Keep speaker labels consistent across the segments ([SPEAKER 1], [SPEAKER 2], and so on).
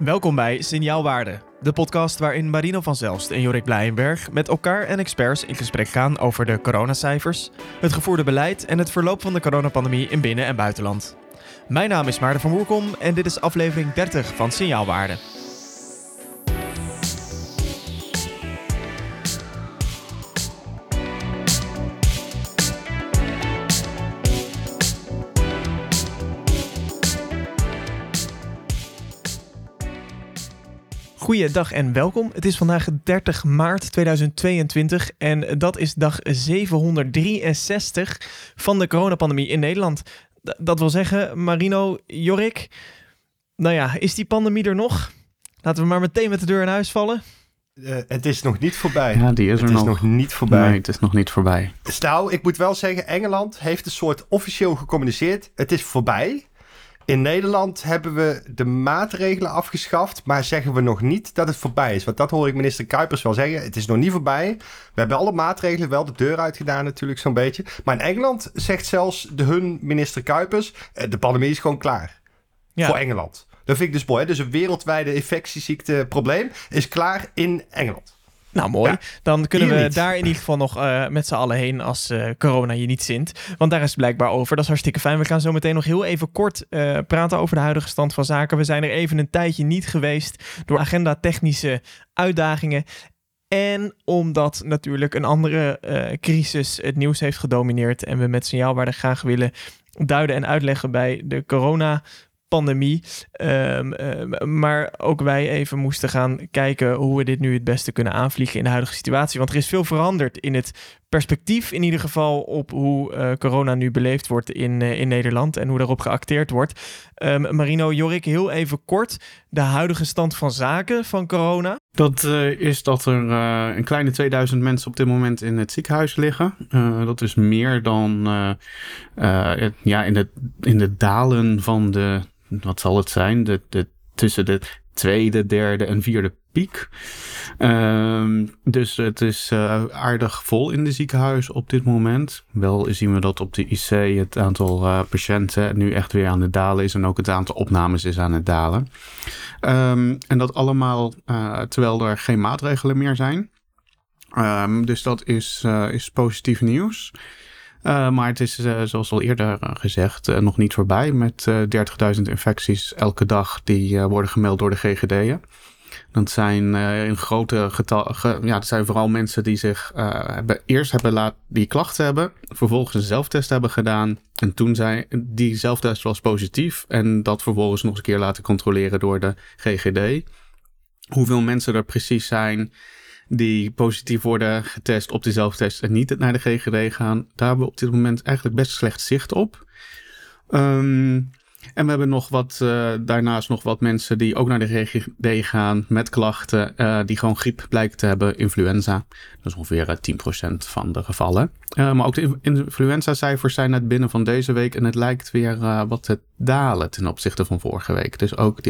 [SPEAKER 1] Welkom bij Signaalwaarde, de podcast waarin Marino van Zelst en Jorik Blijenberg met elkaar en experts in gesprek gaan over de coronacijfers, het gevoerde beleid en het verloop van de coronapandemie in binnen- en buitenland. Mijn naam is Maarten van Woerkom en dit is aflevering 30 van Signaalwaarde. Goeiedag en welkom. Het is vandaag 30 maart 2022 en dat is dag 763 van de coronapandemie in Nederland. Dat wil zeggen, Marino, Jorik, nou ja, is die pandemie er nog? Laten we maar meteen met de deur in huis vallen.
[SPEAKER 2] Het is nog niet voorbij.
[SPEAKER 3] Ja, die is er nog.
[SPEAKER 2] Het is nog niet voorbij.
[SPEAKER 3] Nee, het is nog niet voorbij.
[SPEAKER 2] Nou, ik moet wel zeggen, Engeland heeft een soort officieel gecommuniceerd. Het is voorbij. In Nederland hebben we de maatregelen afgeschaft, maar zeggen we nog niet dat het voorbij is. Want dat hoor ik minister Kuipers wel zeggen. Het is nog niet voorbij. We hebben alle maatregelen wel de deur uitgedaan natuurlijk zo'n beetje. Maar in Engeland zegt zelfs hun minister Kuipers, de pandemie is gewoon klaar. Ja. Voor Engeland. Dat vind ik dus mooi. Dus een wereldwijde infectieziekteprobleem is klaar in Engeland.
[SPEAKER 1] Nou, mooi. Ja, dan kunnen we
[SPEAKER 2] niet.
[SPEAKER 1] daar in ieder geval nog met z'n allen heen als corona je niet zint. Want daar is het blijkbaar over. Dat is hartstikke fijn. We gaan zo meteen nog heel even kort praten over de huidige stand van zaken. We zijn er even een tijdje niet geweest door agenda-technische uitdagingen. En omdat natuurlijk een andere crisis het nieuws heeft gedomineerd en we met Signaalwaarde graag willen duiden en uitleggen bij de coronapandemie. Maar ook wij even moesten gaan kijken hoe we dit nu het beste kunnen aanvliegen in de huidige situatie. Want er is veel veranderd in het perspectief in ieder geval op hoe corona nu beleefd wordt in Nederland en hoe daarop geacteerd wordt. Marino, Jorik, heel even kort de huidige stand van zaken van corona.
[SPEAKER 3] Dat is dat er een kleine 2000 mensen op dit moment in het ziekenhuis liggen. Dat is meer dan in de dalen van de, wat zal het zijn, tussen de tweede, derde en vierde piek. Dus het is aardig vol in de ziekenhuis op dit moment. Wel zien we dat op de IC het aantal patiënten nu echt weer aan het dalen is en ook het aantal opnames is aan het dalen. En dat allemaal terwijl er geen maatregelen meer zijn. Dus dat is positief nieuws. Maar het is, zoals al eerder gezegd, nog niet voorbij met 30.000 infecties elke dag die worden gemeld door de GGD'en. Dat zijn in grote getal. Dat zijn vooral mensen die zich die klachten hebben, vervolgens een zelftest hebben gedaan. En toen die zelftest was positief. En dat vervolgens nog eens een keer laten controleren door de GGD. Hoeveel mensen er precies zijn die positief worden getest op de zelftest en niet naar de GGD gaan, daar hebben we op dit moment eigenlijk best slecht zicht op. En we hebben nog daarnaast nog wat mensen die ook naar de GGD gaan met klachten, die gewoon griep blijken te hebben, influenza. Dat is ongeveer 10% van de gevallen. Maar ook de influenza-cijfers zijn net binnen van deze week en het lijkt weer wat te dalen ten opzichte van vorige week. Dus ook de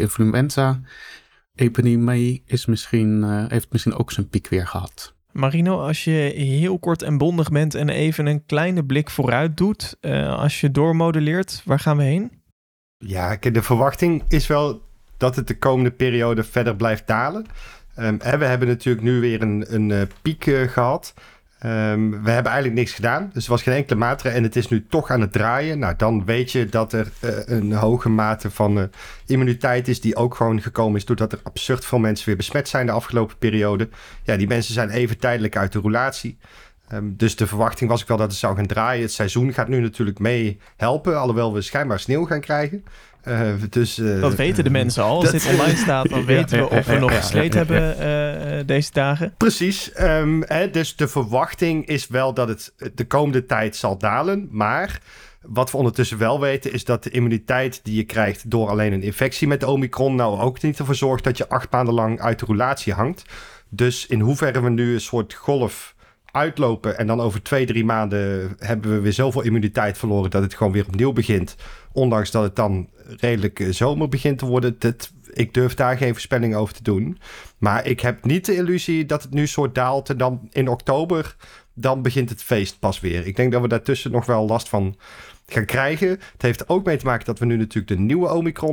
[SPEAKER 3] influenza-epidemie heeft misschien ook zijn piek weer gehad.
[SPEAKER 1] Marino, als je heel kort en bondig bent en even een kleine blik vooruit doet, als je doormodelleert, waar gaan we heen?
[SPEAKER 2] Ja, de verwachting is wel dat het de komende periode verder blijft dalen. We hebben natuurlijk nu weer een piek gehad. We hebben eigenlijk niks gedaan. Dus er was geen enkele maatregel en het is nu toch aan het draaien. Nou, dan weet je dat er een hoge mate van immuniteit is die ook gewoon gekomen is doordat er absurd veel mensen weer besmet zijn de afgelopen periode. Ja, die mensen zijn even tijdelijk uit de roulatie. Dus de verwachting was ook wel dat het zou gaan draaien. Het seizoen gaat nu natuurlijk mee helpen, alhoewel we schijnbaar sneeuw gaan krijgen.
[SPEAKER 1] Dat weten de mensen al. Als dit online staat, dan weten we of we nog gesleet hebben deze dagen.
[SPEAKER 2] Precies. Dus de verwachting is wel dat het de komende tijd zal dalen. Maar wat we ondertussen wel weten is dat de immuniteit die je krijgt door alleen een infectie met de Omicron nou ook niet ervoor zorgt dat je 8 maanden lang uit de roulatie hangt. Dus in hoeverre we nu een soort golf uitlopen en dan over 2-3 maanden hebben we weer zoveel immuniteit verloren dat het gewoon weer opnieuw begint. Ondanks dat het dan redelijk zomer begint te worden. Ik durf daar geen voorspelling over te doen. Maar ik heb niet de illusie dat het nu soort daalt en dan in oktober, dan begint het feest pas weer. Ik denk dat we daartussen nog wel last van gaan krijgen. Het heeft er ook mee te maken dat we nu natuurlijk de nieuwe Omicron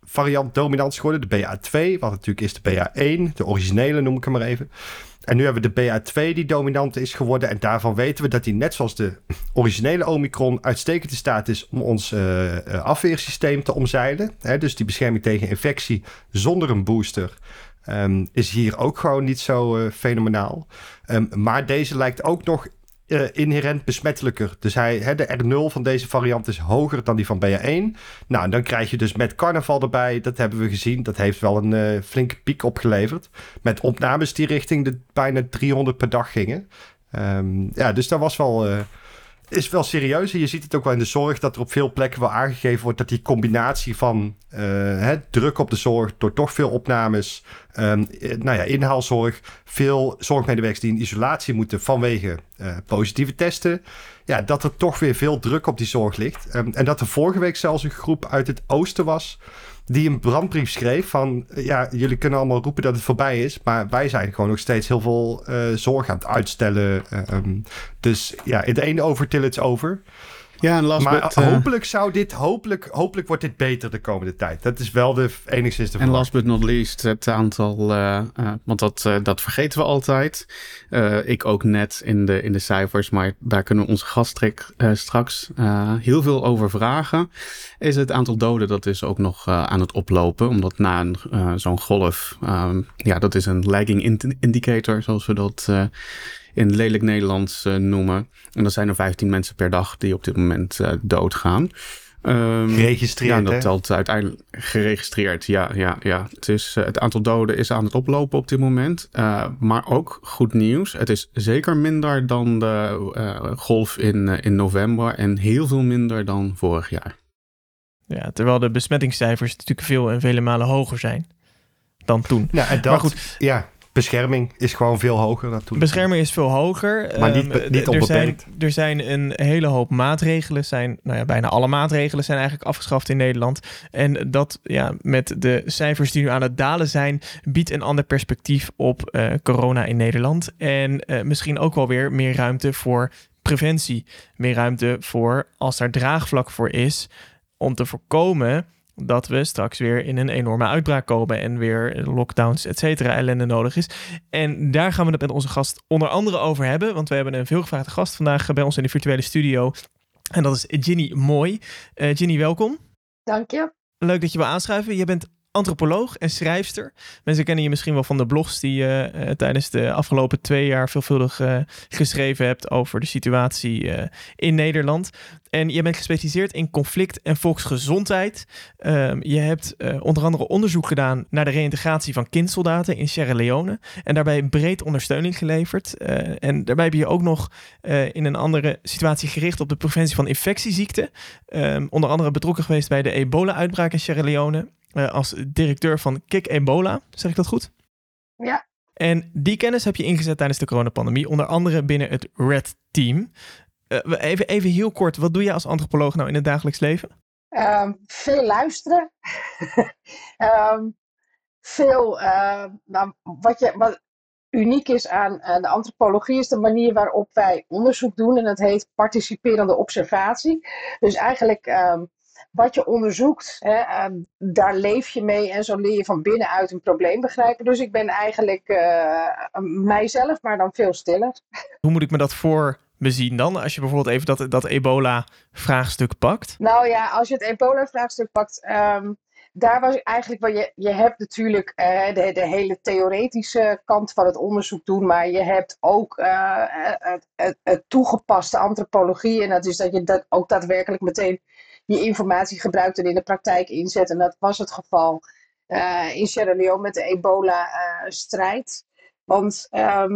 [SPEAKER 2] variant dominant is geworden. De BA2, wat natuurlijk is de BA1. De originele noem ik hem maar even. En nu hebben we de BA2 die dominant is geworden. En daarvan weten we dat die net zoals de originele Omicron uitstekend in staat is om ons afweersysteem te omzeilen. Dus die bescherming tegen infectie zonder een booster is hier ook gewoon niet zo fenomenaal. Maar deze lijkt ook nog inherent besmettelijker. Dus de R0 van deze variant is hoger dan die van BA1. Nou, en dan krijg je dus met carnaval erbij. Dat hebben we gezien. Dat heeft wel een flinke piek opgeleverd. Met opnames die richting de bijna 300 per dag gingen. Dus dat was wel... is wel serieus. En je ziet het ook wel in de zorg dat er op veel plekken wel aangegeven wordt dat die combinatie van druk op de zorg door toch veel opnames, inhaalzorg, veel zorgmedewerkers die in isolatie moeten vanwege positieve testen, dat er toch weer veel druk op die zorg ligt. En dat er vorige week zelfs een groep uit het oosten was die een brandbrief schreef van, jullie kunnen allemaal roepen dat het voorbij is, maar wij zijn gewoon nog steeds heel veel zorg aan het uitstellen. Dus in de ene over till it's over.
[SPEAKER 3] Ja, en
[SPEAKER 2] hopelijk wordt dit beter de komende tijd. Dat is wel enigszins de
[SPEAKER 3] En last but not least, het aantal, want dat vergeten we altijd. Ik ook net in de cijfers, maar daar kunnen we onze gast straks heel veel over vragen. Is het aantal doden, dat is ook nog aan het oplopen. Omdat na zo'n golf, dat is een lagging indicator, zoals we dat in lelijk Nederlands noemen. En dat zijn er 15 mensen per dag die op dit moment doodgaan.
[SPEAKER 2] Geregistreerd,
[SPEAKER 3] dat telt uiteindelijk geregistreerd. Ja. Het aantal doden is aan het oplopen op dit moment. Maar ook goed nieuws. Het is zeker minder dan de golf in november. En heel veel minder dan vorig jaar.
[SPEAKER 1] Ja, terwijl de besmettingscijfers natuurlijk veel en vele malen hoger zijn dan toen.
[SPEAKER 2] En maar goed, bescherming is gewoon veel hoger dan toen.
[SPEAKER 1] Bescherming is veel hoger.
[SPEAKER 2] Maar niet onbeperkt.
[SPEAKER 1] Er zijn een hele hoop maatregelen. Bijna alle maatregelen zijn eigenlijk afgeschaft in Nederland. En dat met de cijfers die nu aan het dalen zijn, biedt een ander perspectief op corona in Nederland. En misschien ook wel weer meer ruimte voor preventie. Meer ruimte voor, als daar draagvlak voor is, om te voorkomen dat we straks weer in een enorme uitbraak komen en weer lockdowns, et cetera, ellende nodig is. En daar gaan we het met onze gast onder andere over hebben, want we hebben een veelgevraagde gast vandaag bij ons in de virtuele studio. En dat is Ginny Mooi. Ginny, welkom.
[SPEAKER 4] Dank je.
[SPEAKER 1] Leuk dat je wil aanschuiven. Je bent antropoloog en schrijfster. Mensen kennen je misschien wel van de blogs die je tijdens de afgelopen 2 jaar veelvuldig geschreven hebt over de situatie in Nederland. En je bent gespecialiseerd in conflict en volksgezondheid. Je hebt onder andere onderzoek gedaan naar de reïntegratie van kindsoldaten in Sierra Leone. En daarbij breed ondersteuning geleverd. En daarbij heb je ook nog in een andere situatie gericht op de preventie van infectieziekten. Onder andere betrokken geweest bij de ebola-uitbraak in Sierra Leone. Als directeur van Kick Ebola, zeg ik dat goed?
[SPEAKER 4] Ja.
[SPEAKER 1] En die kennis heb je ingezet tijdens de coronapandemie, onder andere binnen het RED Team. Even heel kort, wat doe jij als antropoloog nou in het dagelijks leven?
[SPEAKER 4] Veel luisteren. Wat uniek is aan de antropologie is de manier waarop wij onderzoek doen. En dat heet participerende observatie. Dus eigenlijk wat je onderzoekt, daar leef je mee en zo leer je van binnenuit een probleem begrijpen. Dus ik ben eigenlijk mijzelf, maar dan veel stiller.
[SPEAKER 1] Hoe moet ik me dat voor me zien dan? Als je bijvoorbeeld even dat ebola-vraagstuk pakt.
[SPEAKER 4] Nou ja, als je het ebola-vraagstuk pakt, daar was eigenlijk, je hebt natuurlijk de hele theoretische kant van het onderzoek doen, maar je hebt ook het toegepaste antropologie. En dat is dat je ook daadwerkelijk meteen je informatie gebruikt en in de praktijk inzet. En dat was het geval in Sierra Leone met de ebola-strijd. Want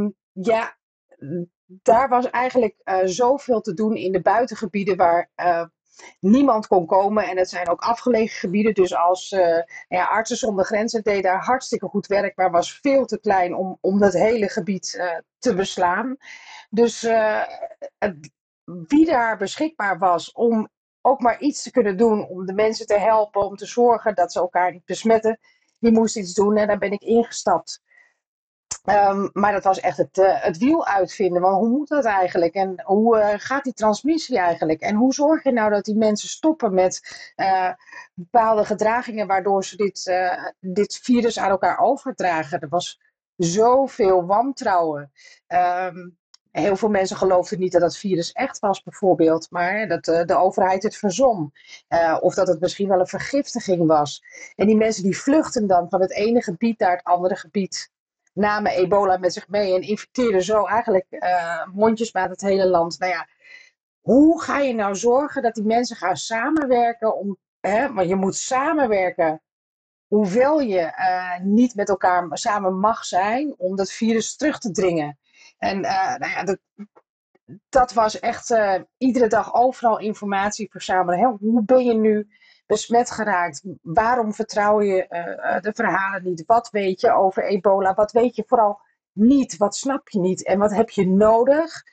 [SPEAKER 4] daar was eigenlijk zoveel te doen in de buitengebieden waar niemand kon komen. En het zijn ook afgelegen gebieden. Dus als Artsen zonder Grenzen deed daar hartstikke goed werk, maar was veel te klein om dat hele gebied te beslaan. Dus wie daar beschikbaar was om ook maar iets te kunnen doen om de mensen te helpen, om te zorgen dat ze elkaar niet besmetten, die moest iets doen en daar ben ik ingestapt. Maar dat was echt het wiel uitvinden. Want hoe moet dat eigenlijk? En hoe gaat die transmissie eigenlijk? En hoe zorg je nou dat die mensen stoppen met bepaalde gedragingen waardoor ze dit virus aan elkaar overdragen? Er was zoveel wantrouwen. Heel veel mensen geloofden niet dat het virus echt was, bijvoorbeeld, maar dat de overheid het verzon. Of dat het misschien wel een vergiftiging was. En die mensen die vluchten dan van het ene gebied naar het andere gebied, namen ebola met zich mee en infecteerden zo eigenlijk mondjesmaat het hele land. Nou ja, hoe ga je nou zorgen dat die mensen gaan samenwerken? Want je moet samenwerken, hoewel je niet met elkaar samen mag zijn, om dat virus terug te dringen. En nou ja, dat was echt iedere dag overal informatie verzamelen. Hè? Hoe ben je nu besmet geraakt? Waarom vertrouw je de verhalen niet? Wat weet je over ebola? Wat weet je vooral niet? Wat snap je niet? En wat heb je nodig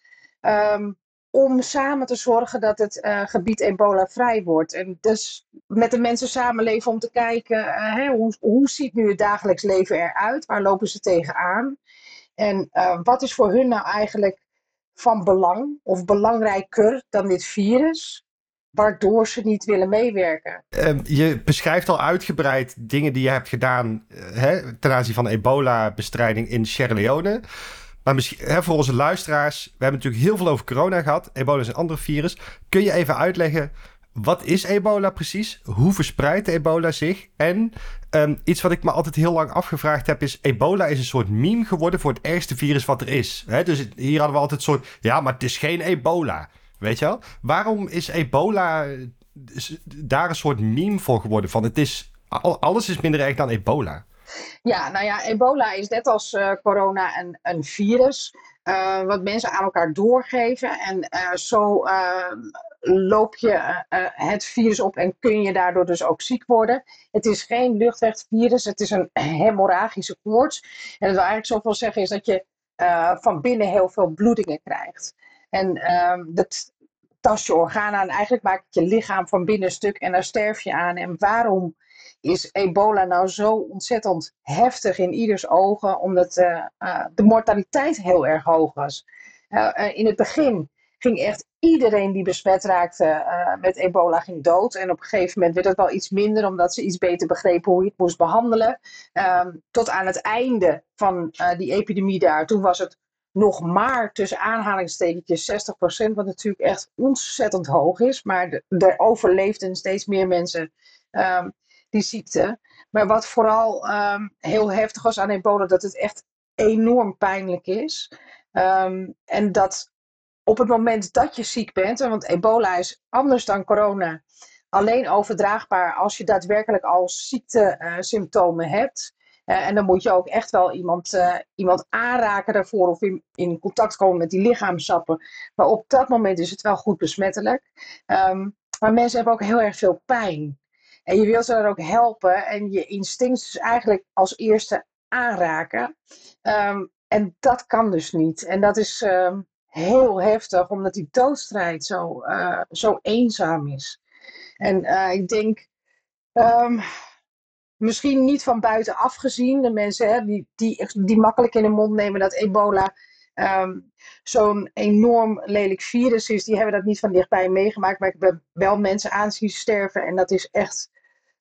[SPEAKER 4] om samen te zorgen dat het gebied ebola vrij wordt? En dus met de mensen samenleven om te kijken, hoe ziet nu het dagelijks leven eruit? Waar lopen ze tegenaan? En wat is voor hun nou eigenlijk van belang of belangrijker dan dit virus, waardoor ze niet willen meewerken?
[SPEAKER 2] Je beschrijft al uitgebreid dingen die je hebt gedaan ten aanzien van ebola-bestrijding in Sierra Leone. Maar misschien, voor onze luisteraars, we hebben natuurlijk heel veel over corona gehad. Ebola is een ander virus. Kun je even uitleggen, wat is ebola precies? Hoe verspreidt ebola zich? En iets wat ik me altijd heel lang afgevraagd heb is, ebola is een soort meme geworden voor het ergste virus wat er is. Dus hier hadden we altijd een soort, ja, maar het is geen ebola. Weet je wel? Waarom is ebola daar een soort meme voor geworden? Van alles is minder erg dan ebola.
[SPEAKER 4] Ja, nou ja, ebola is net als corona een virus wat mensen aan elkaar doorgeven. En zo loop je het virus op en kun je daardoor dus ook ziek worden. Het is geen luchtwegvirus, het is een hemorragische koorts. En dat wil eigenlijk zoveel zeggen is dat je van binnen heel veel bloedingen krijgt. En dat tast je organen aan. Eigenlijk maakt het je lichaam van binnen stuk en daar sterf je aan. En waarom is ebola nou zo ontzettend heftig in ieders ogen? Omdat de mortaliteit heel erg hoog was. In het begin ging echt iedereen die besmet raakte met ebola ging dood. En op een gegeven moment werd het wel iets minder, omdat ze iets beter begrepen hoe je het moest behandelen. Tot aan het einde van die epidemie daar. Toen was het nog maar tussen aanhalingstekentjes 60%, wat natuurlijk echt ontzettend hoog is. Maar er overleefden steeds meer mensen die ziekte. Maar wat vooral heel heftig was aan ebola, dat het echt enorm pijnlijk is. En dat op het moment dat je ziek bent, want ebola is anders dan corona, alleen overdraagbaar als je daadwerkelijk al ziektesymptomen hebt. En dan moet je ook echt wel iemand aanraken daarvoor of in contact komen met die lichaamssappen. Maar op dat moment is het wel goed besmettelijk. Maar mensen hebben ook heel erg veel pijn. En je wilt ze dan ook helpen en je instinct is dus eigenlijk als eerste aanraken. En dat kan dus niet. En dat is heel heftig, omdat die doodstrijd zo eenzaam is. En ik denk, misschien niet van buitenaf gezien, de mensen die makkelijk in de mond nemen dat ebola zo'n enorm lelijk virus is, die hebben dat niet van dichtbij meegemaakt. Maar ik heb wel mensen aan zien sterven en dat is echt,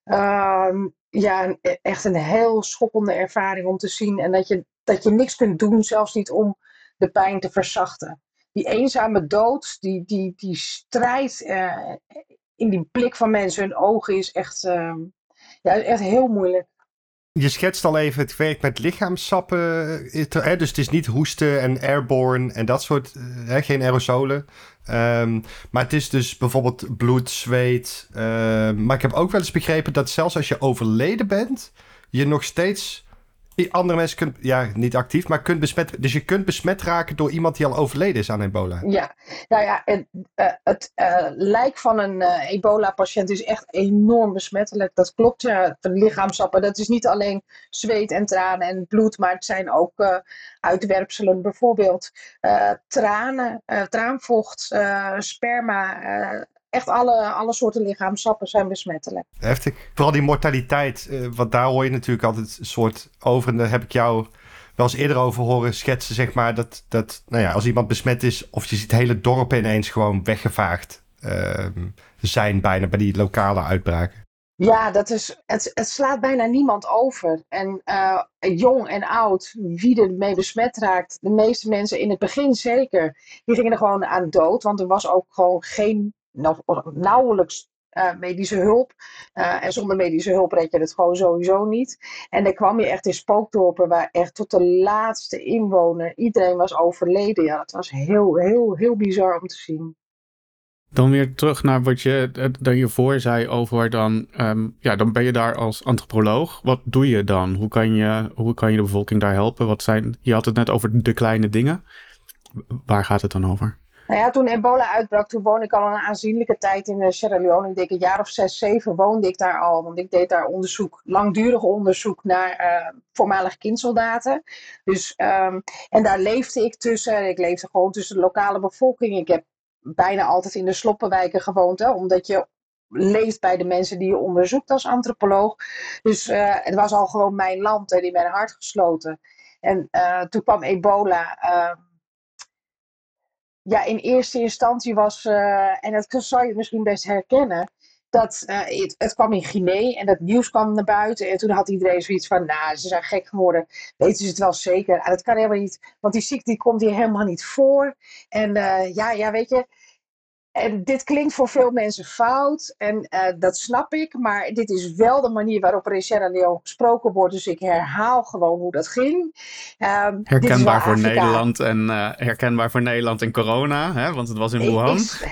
[SPEAKER 4] echt een heel schokkende ervaring om te zien. En dat je niks kunt doen, zelfs niet om de pijn te verzachten. Die eenzame dood, die strijd in die blik van mensen, hun ogen is echt, echt heel moeilijk.
[SPEAKER 2] Je schetst al even, het werkt met lichaamssappen. Dus het is niet hoesten en airborne en dat soort, geen aerosolen. Maar het is dus bijvoorbeeld bloed, zweet. Maar ik heb ook wel eens begrepen dat zelfs als je overleden bent, je nog steeds andere mensen kunt, niet actief, maar kunt besmet. Dus je kunt besmet raken door iemand die al overleden is aan ebola.
[SPEAKER 4] Ja, nou ja, het lijk van een ebola-patiënt is echt enorm besmettelijk. Dat klopt, ja. De lichaamsappen, dat is niet alleen zweet en tranen en bloed, maar het zijn ook uitwerpselen, bijvoorbeeld tranen, traanvocht, sperma. Echt alle soorten lichaamsappen zijn besmettelijk.
[SPEAKER 2] Heftig. Vooral die mortaliteit, want daar hoor je natuurlijk altijd een soort over. En daar heb ik jou wel eens eerder over horen schetsen, zeg maar, dat nou ja, als iemand besmet is, of je ziet hele dorpen ineens gewoon weggevaagd zijn bijna bij die lokale uitbraken.
[SPEAKER 4] Ja, het slaat bijna niemand over. En jong en oud, wie ermee besmet raakt, de meeste mensen in het begin zeker, die gingen er gewoon aan dood. Want er was ook gewoon geen, nauwelijks medische hulp. En zonder medische hulp red je het gewoon sowieso niet. En dan kwam je echt in spookdorpen waar echt tot de laatste inwoner iedereen was overleden. Ja, dat was heel, heel, heel bizar om te zien.
[SPEAKER 3] Dan weer terug naar wat je hiervoor zei over dan ben je daar als antropoloog. Wat doe je dan? Hoe kan je de bevolking daar helpen? Je had het net over de kleine dingen. Waar gaat het dan over?
[SPEAKER 4] Nou ja, toen ebola uitbrak, toen woonde ik al een aanzienlijke tijd in Sierra Leone. Ik denk een jaar of 6, 7 woonde ik daar al. Want ik deed daar langdurig onderzoek naar voormalige kindsoldaten. Dus, en daar leefde ik tussen. Ik leefde gewoon tussen de lokale bevolking. Ik heb bijna altijd in de sloppenwijken gewoond. Hè, omdat je leeft bij de mensen die je onderzoekt als antropoloog. Dus het was al gewoon mijn land en in mijn hart gesloten. En toen kwam ebola. Ja, in eerste instantie was, en dat zal je misschien best herkennen, dat het kwam in Guinea en dat nieuws kwam naar buiten. En toen had iedereen zoiets van, nou, ze zijn gek geworden. Weten ze het wel zeker? Dat kan helemaal niet, want die ziekte die komt hier helemaal niet voor. En weet je. En dit klinkt voor veel mensen fout en dat snap ik, maar dit is wel de manier waarop er in Sierra Leone gesproken wordt, dus ik herhaal gewoon hoe dat ging.
[SPEAKER 3] Herkenbaar voor herkenbaar voor Nederland en corona, hè? Want het was in Wuhan.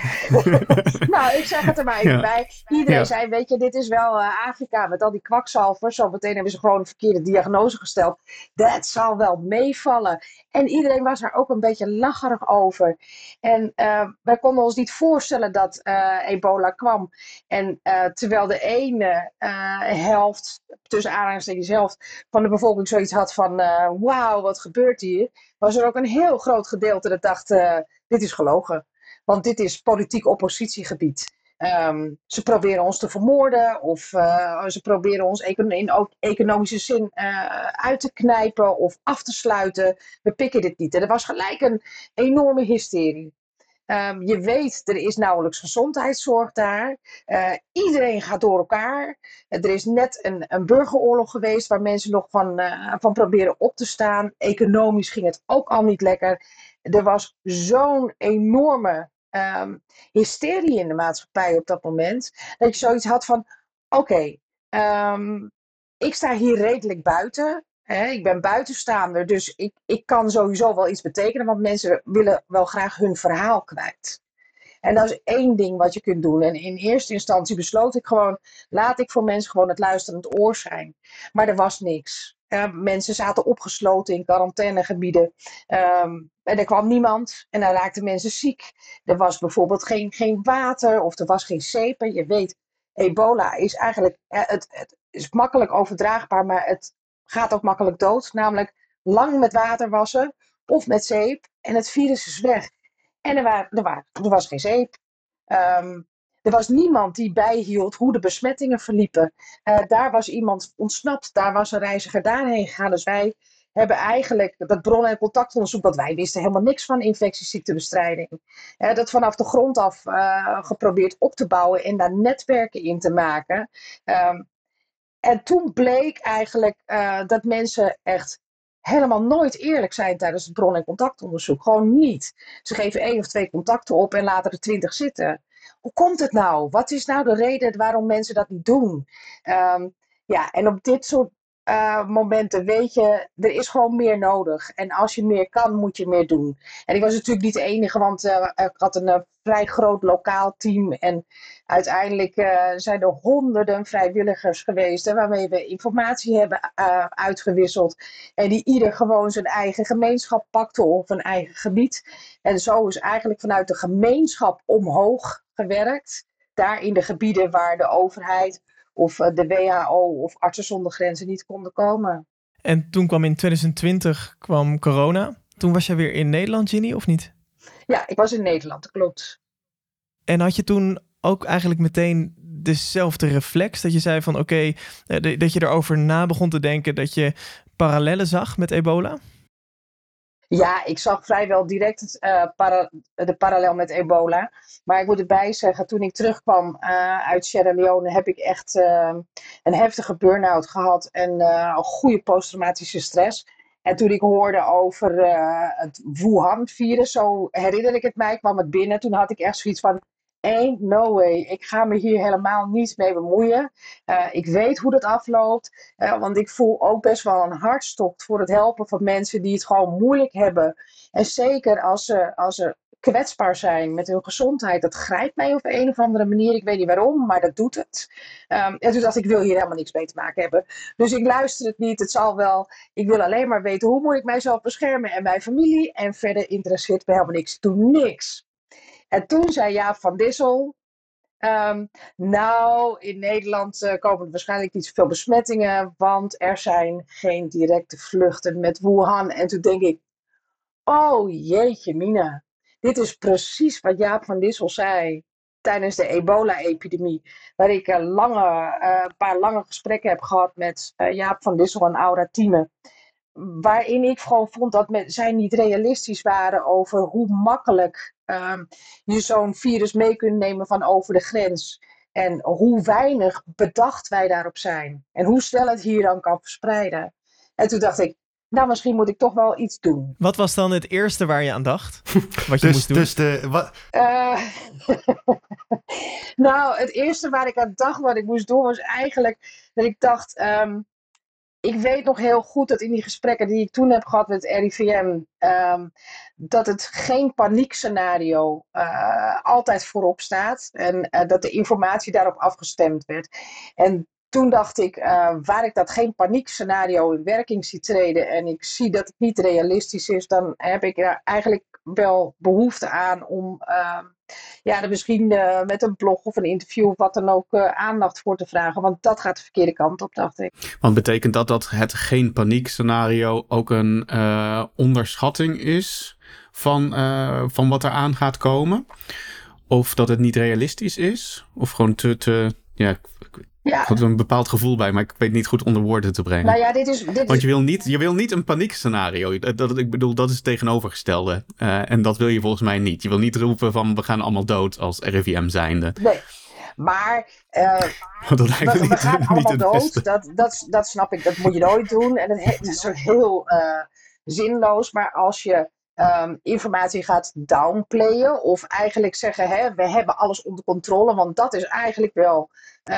[SPEAKER 4] Nou, ik zeg het er maar even bij. Iedereen zei, weet je, dit is wel Afrika met al die kwakzalvers. Zo meteen hebben ze gewoon een verkeerde diagnose gesteld. Dat zal wel meevallen. En iedereen was er ook een beetje lacherig over. En wij konden ons niet voorstellen dat ebola kwam. En terwijl de ene helft, tussen aanhalingstekens helft, van de bevolking zoiets had van wauw, wat gebeurt hier? Was er ook een heel groot gedeelte dat dacht, dit is gelogen. Want dit is politiek oppositiegebied. Ze proberen ons te vermoorden of ze proberen ons in economische zin uit te knijpen of af te sluiten. We pikken dit niet. En er was gelijk een enorme hysterie. Je weet, er is nauwelijks gezondheidszorg daar. Iedereen gaat door elkaar. Er is net een burgeroorlog geweest waar mensen nog van proberen op te staan. Economisch ging het ook al niet lekker. Er was zo'n enorme hysterie in de maatschappij op dat moment. Dat je zoiets had van, oké, ik sta hier redelijk buiten. Ik ben buitenstaander, dus ik kan sowieso wel iets betekenen, want mensen willen wel graag hun verhaal kwijt. En dat is één ding wat je kunt doen. En in eerste instantie besloot ik gewoon, laat ik voor mensen gewoon het luisterend oor zijn. Maar er was niks. Mensen zaten opgesloten in quarantainegebieden. En er kwam niemand en dan raakten mensen ziek. Er was bijvoorbeeld geen water of er was geen zeep. En je weet, ebola is eigenlijk, het is makkelijk overdraagbaar, maar het gaat ook makkelijk dood. Namelijk lang met water wassen of met zeep en het virus is weg. En er was geen zeep. Er was niemand die bijhield hoe de besmettingen verliepen. Daar was iemand ontsnapt. Daar was een reiziger daarheen gegaan. Dus wij hebben eigenlijk dat bron- en contactonderzoek, dat wij wisten helemaal niks van infectieziektebestrijding. Dat vanaf de grond af geprobeerd op te bouwen en daar netwerken in te maken. En toen bleek eigenlijk dat mensen echt helemaal nooit eerlijk zijn tijdens het bron- en contactonderzoek. Gewoon niet. Ze geven 1 of 2 contacten op en laten er 20 zitten. Hoe komt het nou? Wat is nou de reden waarom mensen dat niet doen? En op dit soort momenten weet je, er is gewoon meer nodig. En als je meer kan, moet je meer doen. En ik was natuurlijk niet de enige, want ik had een vrij groot lokaal team. En uiteindelijk zijn er honderden vrijwilligers geweest, waarmee we informatie hebben uitgewisseld. En die ieder gewoon zijn eigen gemeenschap pakte of een eigen gebied. En zo is eigenlijk vanuit de gemeenschap omhoog gewerkt. Daar in de gebieden waar de overheid of de WHO of Artsen zonder Grenzen niet konden komen.
[SPEAKER 1] En toen kwam in 2020 corona. Toen was jij weer in Nederland, Ginny, of niet?
[SPEAKER 4] Ja, ik was in Nederland, dat klopt.
[SPEAKER 1] En had je toen ook eigenlijk meteen dezelfde reflex? Dat je zei van oké, dat je erover na begon te denken dat je parallellen zag met ebola?
[SPEAKER 4] Ja, ik zag vrijwel direct de parallel met ebola. Maar ik moet erbij zeggen, toen ik terugkwam uit Sierra Leone, heb ik echt een heftige burn-out gehad en een goede posttraumatische stress. En toen ik hoorde over het Wuhan-virus, zo herinner ik het mij, kwam het binnen. Toen had ik echt zoiets van, ain't no way, ik ga me hier helemaal niet mee bemoeien. Ik weet hoe dat afloopt. Want ik voel ook best wel een hartstocht voor het helpen van mensen die het gewoon moeilijk hebben. En zeker als ze kwetsbaar zijn met hun gezondheid. Dat grijpt mij op een of andere manier. Ik weet niet waarom, maar dat doet het. En toen dacht ik, wil hier helemaal niks mee te maken hebben. Dus ik luister het niet. Het zal wel. Ik wil alleen maar weten hoe moet ik mijzelf beschermen en mijn familie. En verder interesseert me helemaal niks. Ik doe niks. En toen zei Jaap van Dissel. Nou, in Nederland komen er waarschijnlijk niet zoveel besmettingen, want er zijn geen directe vluchten met Wuhan. En toen denk ik, oh jeetje mina, dit is precies wat Jaap van Dissel zei tijdens de ebola-epidemie, waar ik een paar lange gesprekken heb gehad met Jaap van Dissel en Aura Thieme. Waarin ik gewoon vond dat zij niet realistisch waren over hoe makkelijk je zo'n virus mee kunt nemen van over de grens. En hoe weinig bedacht wij daarop zijn. En hoe snel het hier dan kan verspreiden. En toen dacht ik, nou misschien moet ik toch wel iets doen.
[SPEAKER 1] Wat was dan het eerste waar je aan dacht? Wat je moest doen?
[SPEAKER 4] Nou, het eerste waar ik aan dacht wat ik moest doen was eigenlijk dat ik dacht... ik weet nog heel goed dat in die gesprekken die ik toen heb gehad met het RIVM, dat het geen paniekscenario altijd voorop staat. En dat de informatie daarop afgestemd werd. En toen dacht ik, waar ik dat geen paniekscenario in werking zie treden en ik zie dat het niet realistisch is, dan heb ik er eigenlijk wel behoefte aan om er misschien met een blog of een interview of wat dan ook aandacht voor te vragen. Want dat gaat de verkeerde kant op, dacht ik.
[SPEAKER 3] Want betekent dat het geen paniek scenario ook een onderschatting is van wat er aan gaat komen? Of dat het niet realistisch is? Of gewoon ik had er een bepaald gevoel bij, maar ik weet niet goed onder woorden te brengen.
[SPEAKER 4] Nou ja,
[SPEAKER 3] Want je wil niet een paniekscenario. Ik bedoel, dat is het tegenovergestelde. En dat wil je volgens mij niet. Je wil niet roepen van we gaan allemaal dood als RIVM zijnde.
[SPEAKER 4] Nee, maar
[SPEAKER 3] dat lijkt me
[SPEAKER 4] we gaan
[SPEAKER 3] niet
[SPEAKER 4] allemaal
[SPEAKER 3] het
[SPEAKER 4] dood.
[SPEAKER 3] beste.
[SPEAKER 4] Dat snap ik, dat moet je nooit doen. En dat is ook heel zinloos. Maar als je informatie gaat downplayen of eigenlijk zeggen, we hebben alles onder controle. Want dat is eigenlijk wel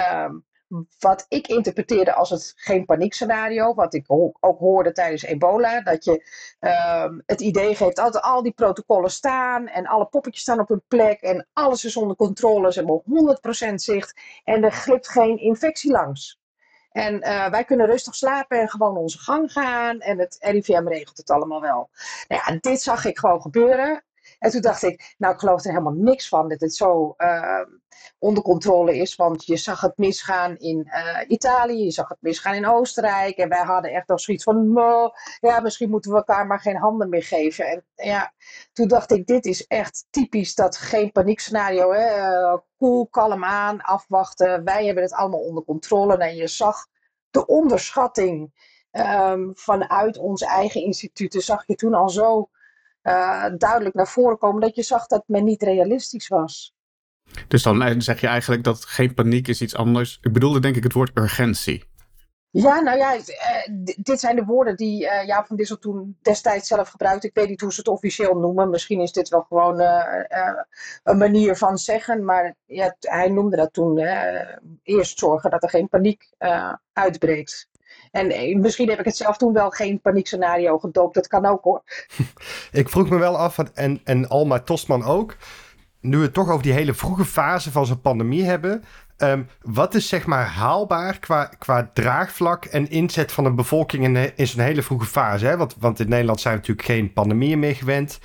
[SPEAKER 4] wat ik interpreteerde als het geen paniekscenario. Wat ik ook hoorde tijdens ebola. Dat je het idee geeft dat al die protocollen staan en alle poppetjes staan op hun plek en alles is onder controle. Ze hebben 100% zicht en er glipt geen infectie langs. En wij kunnen rustig slapen en gewoon onze gang gaan. En het RIVM regelt het allemaal wel. Nou ja, dit zag ik gewoon gebeuren. En toen dacht ik, nou ik geloof er helemaal niks van dat het zo onder controle is. Want je zag het misgaan in Italië, je zag het misgaan in Oostenrijk. En wij hadden echt nog zoiets van, misschien moeten we elkaar maar geen handen meer geven. En ja, toen dacht ik, dit is echt typisch dat geen paniekscenario. Cool, kalm aan, afwachten. Wij hebben het allemaal onder controle. En je zag de onderschatting vanuit onze eigen instituten. Zag je toen al zo duidelijk naar voren komen. Dat je zag dat men niet realistisch was.
[SPEAKER 3] Dus dan zeg je eigenlijk dat geen paniek is iets anders. Ik bedoelde denk ik het woord urgentie.
[SPEAKER 4] Ja, nou ja, dit zijn de woorden die Jaap van Dissel toen destijds zelf gebruikte. Ik weet niet hoe ze het officieel noemen. Misschien is dit wel gewoon een manier van zeggen. Maar ja, hij noemde dat toen eerst zorgen dat er geen paniek uitbreekt. En misschien heb ik het zelf toen wel geen paniekscenario gedoopt. Dat kan ook hoor.
[SPEAKER 2] Ik vroeg me wel af, en Alma Tostman ook. Nu we het toch over die hele vroege fase van zo'n pandemie hebben. Wat is zeg maar haalbaar qua draagvlak en inzet van de bevolking in zo'n hele vroege fase? Hè? Want in Nederland zijn we natuurlijk geen pandemieën meer gewend.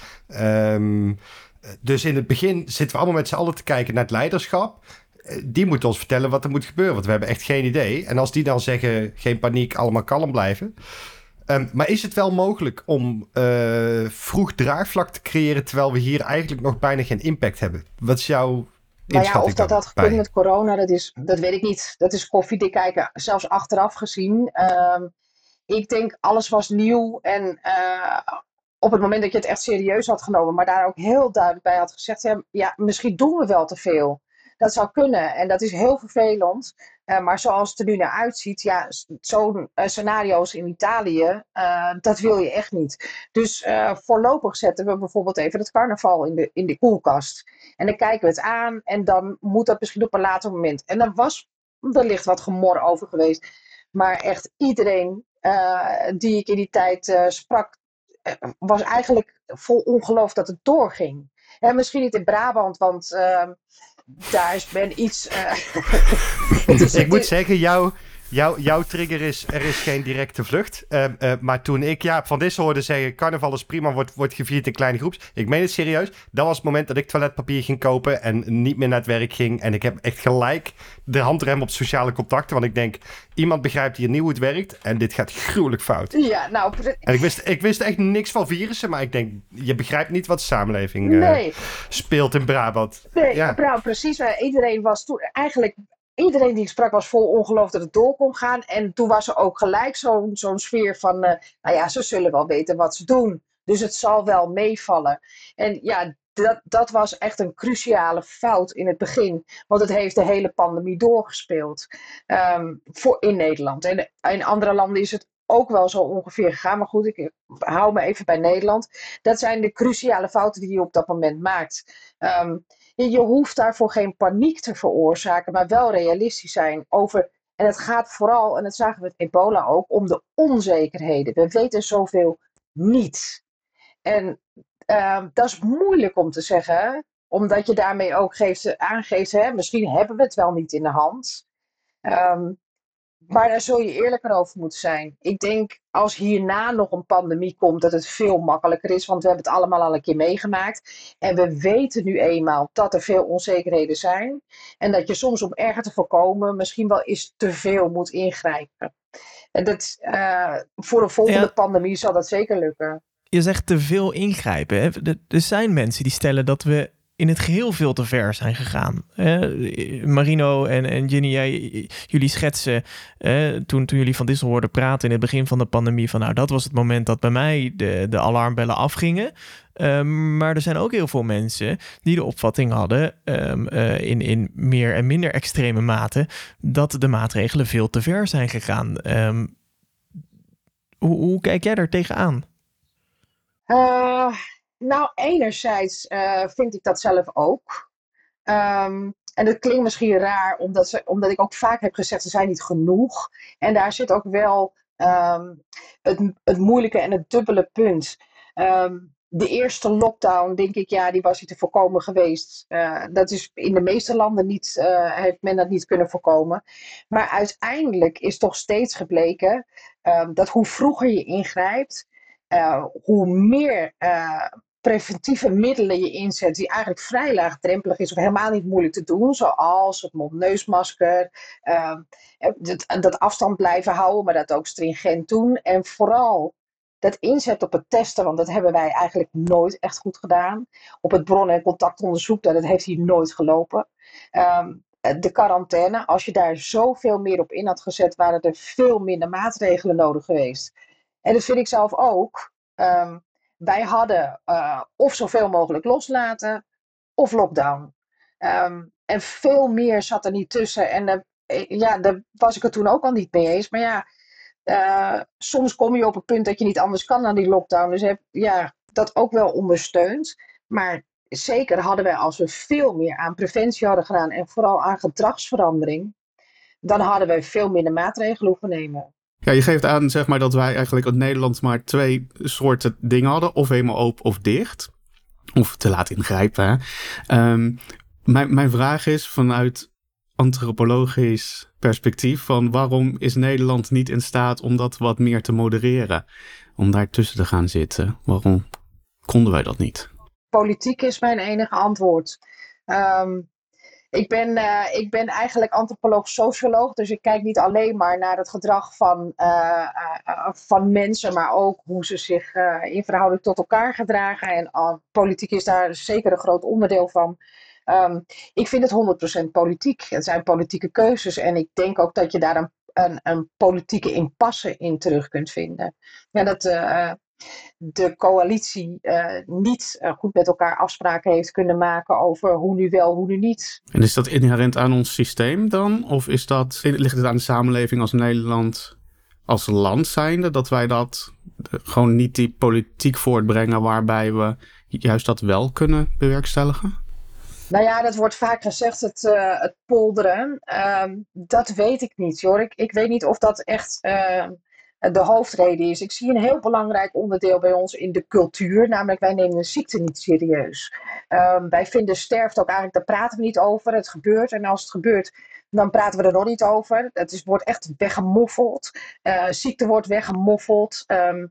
[SPEAKER 2] Dus in het begin zitten we allemaal met z'n allen te kijken naar het leiderschap. Die moet ons vertellen wat er moet gebeuren, want we hebben echt geen idee. En als die dan zeggen, geen paniek, allemaal kalm blijven. Maar is het wel mogelijk om vroeg draagvlak te creëren, terwijl we hier eigenlijk nog bijna geen impact hebben? Wat is jouw inschatting?
[SPEAKER 4] Of dat had gekund met corona, dat weet ik niet. Dat is koffiedik kijken, zelfs achteraf gezien. Ik denk, alles was nieuw en op het moment dat je het echt serieus had genomen, maar daar ook heel duidelijk bij had gezegd, ja, misschien doen we wel te veel. Dat zou kunnen en dat is heel vervelend. Maar zoals het er nu naar uitziet, ja, zo'n scenario's in Italië, dat wil je echt niet. Dus voorlopig zetten we bijvoorbeeld even het carnaval in de koelkast. En dan kijken we het aan en dan moet dat misschien op een later moment. En daar was wellicht wat gemor over geweest. Maar echt iedereen die ik in die tijd sprak, was eigenlijk vol ongeloof dat het doorging. Misschien niet in Brabant, want daar is men iets.
[SPEAKER 2] Ik moet zeggen, jouw trigger is, er is geen directe vlucht. Maar toen ik Jaap van Dissel hoorde zeggen, carnaval is prima, wordt gevierd in kleine groeps. Ik meen het serieus. Dat was het moment dat ik toiletpapier ging kopen en niet meer naar het werk ging. En ik heb echt gelijk de handrem op sociale contacten. Want ik denk, iemand begrijpt hier niet hoe het werkt. En dit gaat gruwelijk fout.
[SPEAKER 4] Ja, nou...
[SPEAKER 2] En ik wist echt niks van virussen. Maar ik denk, je begrijpt niet wat de samenleving speelt in Brabant.
[SPEAKER 4] Nee,
[SPEAKER 2] Ja.
[SPEAKER 4] precies. Iedereen was toen eigenlijk... Iedereen die ik sprak was vol ongeloof dat het door kon gaan. En toen was er ook gelijk zo'n sfeer van... nou ja, ze zullen wel weten wat ze doen. Dus het zal wel meevallen. En ja, dat was echt een cruciale fout in het begin. Want het heeft de hele pandemie doorgespeeld. In Nederland. En in andere landen is het ook wel zo ongeveer gegaan. Maar goed, ik hou me even bij Nederland. Dat zijn de cruciale fouten die je op dat moment maakt. Je hoeft daarvoor geen paniek te veroorzaken, maar wel realistisch zijn over. En het gaat vooral, en dat zagen we met ebola ook, om de onzekerheden. We weten zoveel niet. En dat is moeilijk om te zeggen, omdat je daarmee ook aangeeft, misschien hebben we het wel niet in de hand. Maar daar zul je eerlijker over moeten zijn. Ik denk als hierna nog een pandemie komt, dat het veel makkelijker is. Want we hebben het allemaal al een keer meegemaakt. En we weten nu eenmaal dat er veel onzekerheden zijn. En dat je soms om erger te voorkomen misschien wel eens te veel moet ingrijpen. En voor een volgende pandemie zal dat zeker lukken.
[SPEAKER 1] Je zegt te veel ingrijpen. Hè? Er zijn mensen die stellen dat we in het geheel veel te ver zijn gegaan. Marino en Ginny, jullie schetsen toen jullie Van Dissel hoorden praten in het begin van de pandemie van nou, dat was het moment dat bij mij de alarmbellen afgingen. Maar er zijn ook heel veel mensen die de opvatting hadden in meer en minder extreme mate dat de maatregelen veel te ver zijn gegaan. Hoe kijk jij daar tegenaan?
[SPEAKER 4] Nou, enerzijds vind ik dat zelf ook. En dat klinkt misschien raar, omdat ik ook vaak heb gezegd, ze zijn niet genoeg. En daar zit ook wel het moeilijke en het dubbele punt. De eerste lockdown, denk ik, ja, die was niet te voorkomen geweest. Dat is in de meeste landen niet, heeft men dat niet kunnen voorkomen. Maar uiteindelijk is toch steeds gebleken dat hoe vroeger je ingrijpt, hoe meer preventieve middelen je inzet die eigenlijk vrij laagdrempelig is of helemaal niet moeilijk te doen, zoals het mond-neusmasker, dat afstand blijven houden, maar dat ook stringent doen. En vooral dat inzet op het testen, want dat hebben wij eigenlijk nooit echt goed gedaan. Op het bron- en contactonderzoek, dat heeft hier nooit gelopen. De quarantaine, als je daar zoveel meer op in had gezet, waren er veel minder maatregelen nodig geweest. En dat vind ik zelf ook. Wij hadden of zoveel mogelijk loslaten of lockdown. En veel meer zat er niet tussen. En daar was ik het toen ook al niet mee eens. Maar ja, soms kom je op het punt dat je niet anders kan dan die lockdown. Dus heb dat ook wel ondersteund. Maar zeker hadden wij, als we veel meer aan preventie hadden gedaan en vooral aan gedragsverandering, dan hadden wij veel minder maatregelen hoeven nemen.
[SPEAKER 3] Ja, je geeft aan, zeg maar, dat wij eigenlijk in Nederland maar 2 soorten dingen hadden. Of helemaal open of dicht. Of te laat ingrijpen. Hè? Mijn vraag is vanuit antropologisch perspectief van waarom is Nederland niet in staat om dat wat meer te modereren? Om daartussen te gaan zitten. Waarom konden wij dat niet?
[SPEAKER 4] Politiek is mijn enige antwoord. Ik ben eigenlijk antropoloog-socioloog, dus ik kijk niet alleen maar naar het gedrag van mensen, maar ook hoe ze zich in verhouding tot elkaar gedragen. En politiek is daar zeker een groot onderdeel van. Ik vind het 100% politiek. Het zijn politieke keuzes en ik denk ook dat je daar een politieke impasse in terug kunt vinden. Ja, de coalitie niet goed met elkaar afspraken heeft kunnen maken over hoe nu wel, hoe nu niet.
[SPEAKER 3] En is dat inherent aan ons systeem dan? Of ligt het aan de samenleving als Nederland, als land zijnde, dat wij dat gewoon niet die politiek voortbrengen waarbij we juist dat wel kunnen bewerkstelligen?
[SPEAKER 4] Nou ja, dat wordt vaak gezegd, het polderen. Dat weet ik niet, hoor. Ik weet niet of dat echt de hoofdreden is. Ik zie een heel belangrijk onderdeel bij ons in de cultuur, namelijk wij nemen de ziekte niet serieus. Wij vinden sterfte ook eigenlijk, daar praten we niet over. Het gebeurt en als het gebeurt, dan praten we er nog niet over. Wordt echt weggemoffeld. Ziekte wordt weggemoffeld.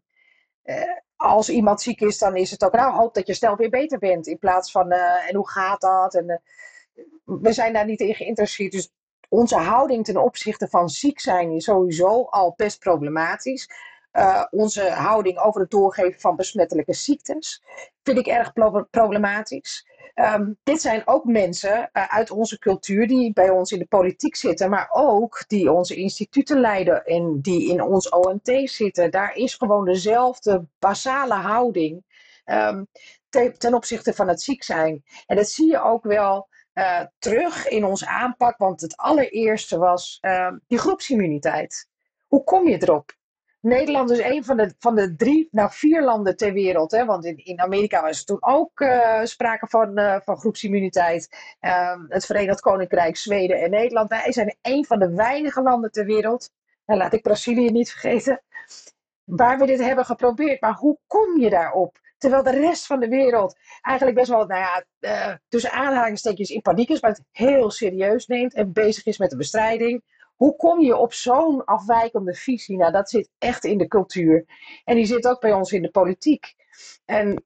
[SPEAKER 4] Als iemand ziek is, dan is het ook, nou, hoop dat je snel weer beter bent. In plaats van, en hoe gaat dat? We zijn daar niet in geïnteresseerd. Dus onze houding ten opzichte van ziek zijn is sowieso al best problematisch. Onze houding over het doorgeven van besmettelijke ziektes vind ik erg problematisch. Dit zijn ook mensen uit onze cultuur die bij ons in de politiek zitten, maar ook die onze instituten leiden en die in ons OMT zitten. Daar is gewoon dezelfde basale houding ten opzichte van het ziek zijn. En dat zie je ook wel terug in onze aanpak, want het allereerste was die groepsimmuniteit. Hoe kom je erop? Nederland is een van de 4 landen ter wereld. Hè? Want in Amerika was er toen ook sprake van groepsimmuniteit. Het Verenigd Koninkrijk, Zweden en Nederland. Wij zijn een van de weinige landen ter wereld. Nou, laat ik Brazilië niet vergeten. Waar we dit hebben geprobeerd. Maar hoe kom je daarop? Terwijl de rest van de wereld eigenlijk best wel, tussen aanhalingstekens in paniek is, maar het heel serieus neemt en bezig is met de bestrijding. Hoe kom je op zo'n afwijkende visie? Nou, dat zit echt in de cultuur. En die zit ook bij ons in de politiek. En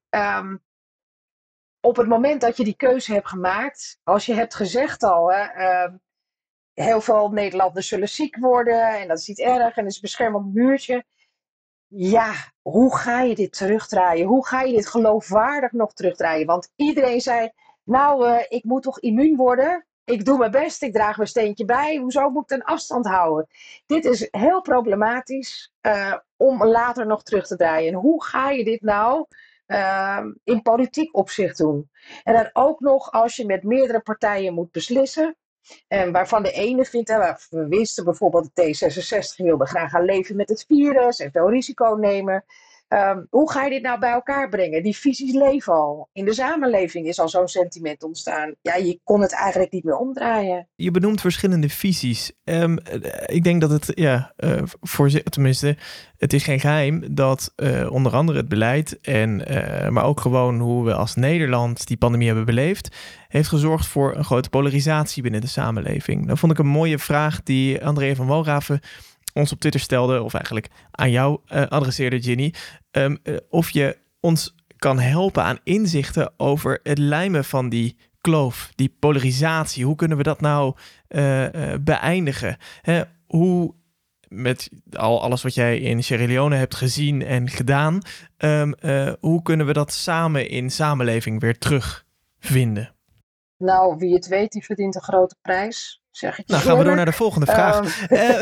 [SPEAKER 4] op het moment dat je die keuze hebt gemaakt, als je hebt gezegd al, heel veel Nederlanders zullen ziek worden en dat is niet erg en het is een beschermend muurtje. Ja, hoe ga je dit terugdraaien? Hoe ga je dit geloofwaardig nog terugdraaien? Want iedereen zei, nou, ik moet toch immuun worden? Ik doe mijn best, ik draag mijn steentje bij. Hoezo moet ik een afstand houden? Dit is heel problematisch om later nog terug te draaien. En hoe ga je dit nou in politiek opzicht doen? En dan ook nog als je met meerdere partijen moet beslissen. En waarvan de ene vindt, we wisten bijvoorbeeld de T66 wilde graag gaan leven met het virus en veel risico nemen. Hoe ga je dit nou bij elkaar brengen? Die visies leven al. In de samenleving is al zo'n sentiment ontstaan. Ja, je kon het eigenlijk niet meer omdraaien.
[SPEAKER 1] Je benoemt verschillende visies. Ik denk dat het, tenminste, het is geen geheim dat onder andere het beleid maar ook gewoon hoe we als Nederland die pandemie hebben beleefd, heeft gezorgd voor een grote polarisatie binnen de samenleving. Dat vond ik een mooie vraag die André van Walraven ons op Twitter stelde, of eigenlijk aan jou adresseerde, Ginny. Of je ons kan helpen aan inzichten over het lijmen van die kloof, die polarisatie. Hoe kunnen we dat nou beëindigen? Hoe, met alles wat jij in Sierra Leone hebt gezien en gedaan, hoe kunnen we dat samen in samenleving weer terugvinden?
[SPEAKER 4] Nou, wie het weet, die verdient een grote prijs. Zeg ik
[SPEAKER 1] nou, gaan we door naar de volgende vraag.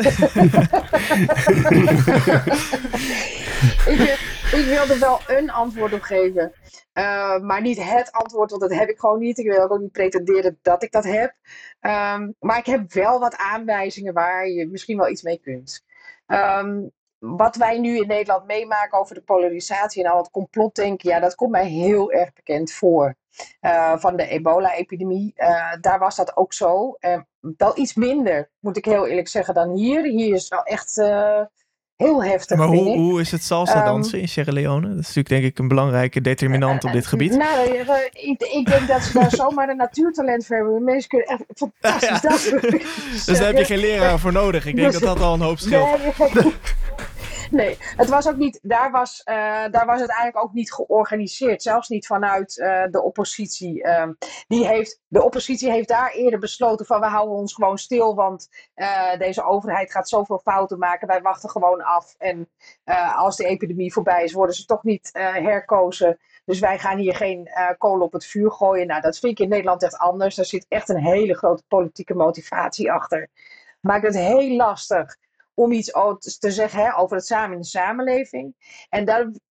[SPEAKER 4] Ik wil er wel een antwoord op geven. Maar niet het antwoord, want dat heb ik gewoon niet. Ik wil ook niet pretenderen dat ik dat heb. Maar ik heb wel wat aanwijzingen waar je misschien wel iets mee kunt. Wat wij nu in Nederland meemaken over de polarisatie en al het complotdenken, ja, dat komt mij heel erg bekend voor. Van de ebola-epidemie, daar was dat ook zo. Wel iets minder, moet ik heel eerlijk zeggen, dan hier. Hier is het wel echt heel heftig.
[SPEAKER 1] Maar hoe is het salsa dansen in Sierra Leone? Dat is natuurlijk denk ik een belangrijke determinant op dit gebied.
[SPEAKER 4] Ik denk dat ze daar zomaar een natuurtalent voor hebben. Mensen kunnen echt fantastisch dansen.
[SPEAKER 1] Dus daar heb je geen leraar voor nodig. Ik denk dat dat al een hoop scheelt.
[SPEAKER 4] Nee, het was ook niet, daar was het eigenlijk ook niet georganiseerd. Zelfs niet vanuit de oppositie. De oppositie heeft daar eerder besloten van we houden ons gewoon stil. Want deze overheid gaat zoveel fouten maken. Wij wachten gewoon af. En als de epidemie voorbij is, worden ze toch niet herkozen. Dus wij gaan hier geen kolen op het vuur gooien. Nou, dat vind ik in Nederland echt anders. Daar zit echt een hele grote politieke motivatie achter. Maakt het heel lastig om iets te zeggen over het samen in de samenleving. En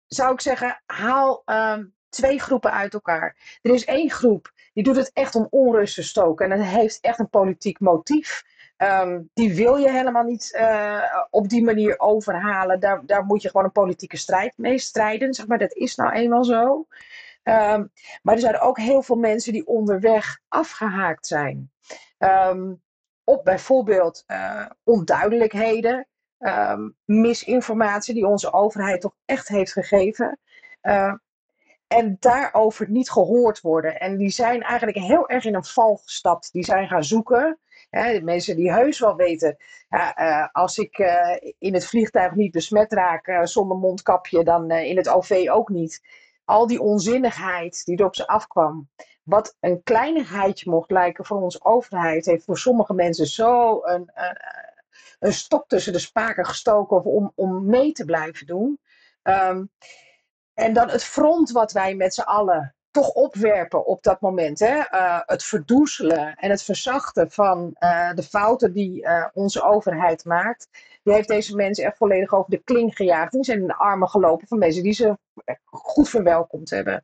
[SPEAKER 4] zou ik zeggen, haal 2 groepen uit elkaar. Er is 1 groep die doet het echt om onrust te stoken. En dat heeft echt een politiek motief. Die wil je helemaal niet op die manier overhalen. Daar moet je gewoon een politieke strijd mee strijden. Zeg maar, dat is nou eenmaal zo. Maar er zijn ook heel veel mensen die onderweg afgehaakt zijn. Op bijvoorbeeld onduidelijkheden. Misinformatie die onze overheid toch echt heeft gegeven. En daarover niet gehoord worden. En die zijn eigenlijk heel erg in een val gestapt. Die zijn gaan zoeken. De mensen die heus wel weten. Als ik in het vliegtuig niet besmet raak zonder mondkapje, dan in het OV ook niet. Al die onzinnigheid die er op ze afkwam. Wat een kleinigheidje mocht lijken voor onze overheid, heeft voor sommige mensen zo een stok tussen de spaken gestoken om mee te blijven doen. En dan het front wat wij met z'n allen toch opwerpen op dat moment. Het verdoezelen en het verzachten van de fouten die onze overheid maakt. Die heeft deze mensen echt volledig over de kling gejaagd. Die zijn in de armen gelopen van mensen die ze goed verwelkomd hebben.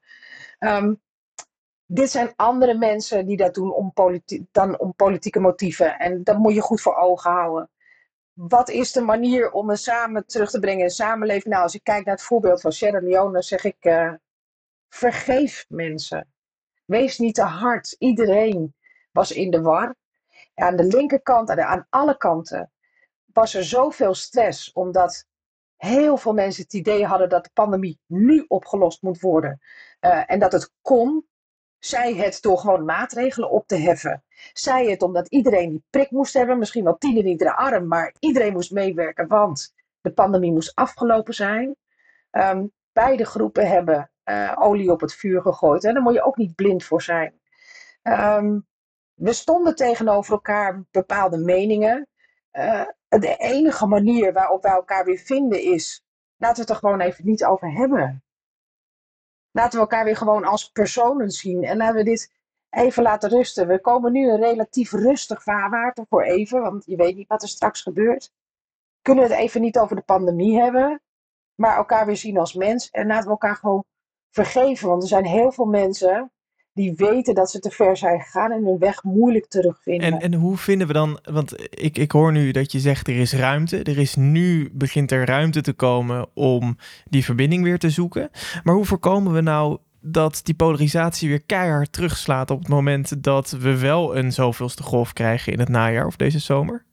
[SPEAKER 4] Dit zijn andere mensen die dat doen om politieke motieven. En dat moet je goed voor ogen houden. Wat is de manier om het samen terug te brengen in een samenleving? Nou, als ik kijk naar het voorbeeld van Sierra Leone, dan zeg ik, vergeef mensen. Wees niet te hard. Iedereen was in de war. Aan de linkerkant, aan alle kanten, was er zoveel stress, omdat heel veel mensen het idee hadden dat de pandemie nu opgelost moet worden. En dat het kon. Zij het door gewoon maatregelen op te heffen. Zij het omdat iedereen die prik moest hebben. Misschien wel 10 in iedere arm. Maar iedereen moest meewerken. Want de pandemie moest afgelopen zijn. Beide groepen hebben olie op het vuur gegooid. Daar moet je ook niet blind voor zijn. We stonden tegenover elkaar bepaalde meningen. De enige manier waarop wij elkaar weer vinden is, laten we het er gewoon even niet over hebben. Laten we elkaar weer gewoon als personen zien. En laten we dit even laten rusten. We komen nu een relatief rustig vaarwater voor even. Want je weet niet wat er straks gebeurt. Kunnen we het even niet over de pandemie hebben. Maar elkaar weer zien als mens. En laten we elkaar gewoon vergeven. Want er zijn heel veel mensen die weten dat ze te ver zijn gegaan. En hun weg moeilijk terugvinden.
[SPEAKER 1] En hoe vinden we dan, want ik hoor nu dat je zegt er is ruimte. Begint er ruimte te komen om die verbinding weer te zoeken. Maar hoe voorkomen we nou dat die polarisatie weer keihard terugslaat op het moment dat we wel een zoveelste golf krijgen in het najaar of deze zomer?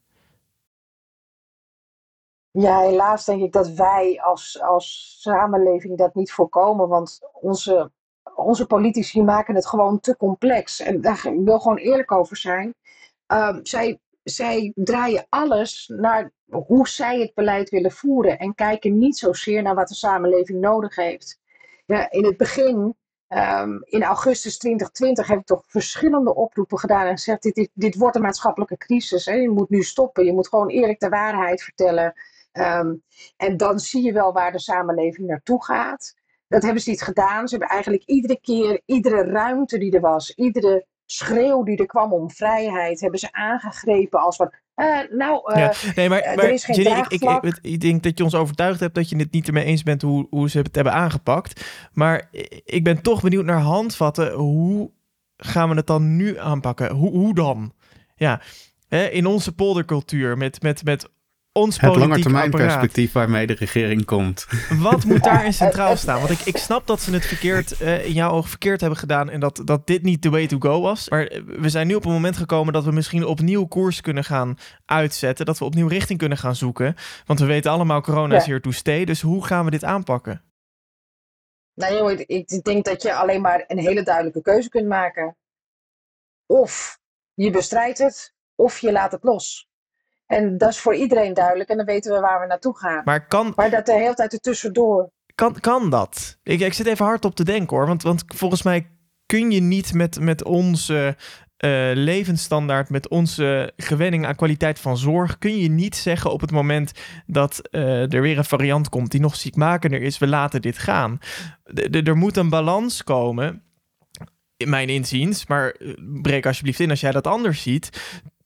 [SPEAKER 4] Ja, helaas denk ik dat wij als samenleving dat niet voorkomen. Want onze politici maken het gewoon te complex. En daar wil gewoon eerlijk over zijn. Zij draaien alles naar hoe zij het beleid willen voeren. En kijken niet zozeer naar wat de samenleving nodig heeft. Ja, in het begin, in augustus 2020, heb ik toch verschillende oproepen gedaan. En gezegd, dit wordt een maatschappelijke crisis. Hè? Je moet nu stoppen. Je moet gewoon eerlijk de waarheid vertellen. En dan zie je wel waar de samenleving naartoe gaat. Dat hebben ze niet gedaan. Ze hebben eigenlijk iedere keer, iedere ruimte die er was, iedere schreeuw die er kwam om vrijheid, hebben ze aangegrepen als van, er is geen draagvlak.
[SPEAKER 1] Ik denk dat je ons overtuigd hebt dat je het niet ermee eens bent hoe ze het hebben aangepakt. Maar ik ben toch benieuwd naar handvatten. Hoe gaan we het dan nu aanpakken? Hoe dan? Ja, in onze poldercultuur met ons
[SPEAKER 3] het
[SPEAKER 1] langetermijnperspectief
[SPEAKER 3] waarmee de regering komt.
[SPEAKER 1] Wat moet daarin centraal staan? Want ik snap dat ze het in jouw ogen verkeerd hebben gedaan en dat dit niet the way to go was. Maar we zijn nu op een moment gekomen dat we misschien opnieuw koers kunnen gaan uitzetten. Dat we opnieuw richting kunnen gaan zoeken. Want we weten allemaal, corona is here to stay. Dus hoe gaan we dit aanpakken?
[SPEAKER 4] Nou jongen, ik denk dat je alleen maar een hele duidelijke keuze kunt maken. Of je bestrijdt het, of je laat het los. En dat is voor iedereen duidelijk en dan weten we waar we naartoe gaan. Maar dat de hele tijd ertussendoor.
[SPEAKER 1] Kan dat? Ik zit even hard op te denken hoor. Want volgens mij kun je niet met onze levensstandaard, met onze gewenning aan kwaliteit van zorg, kun je niet zeggen op het moment dat er weer een variant komt die nog ziekmakender is, we laten dit gaan. Er moet een balans komen, in mijn inziens, maar breek alsjeblieft in als jij dat anders ziet,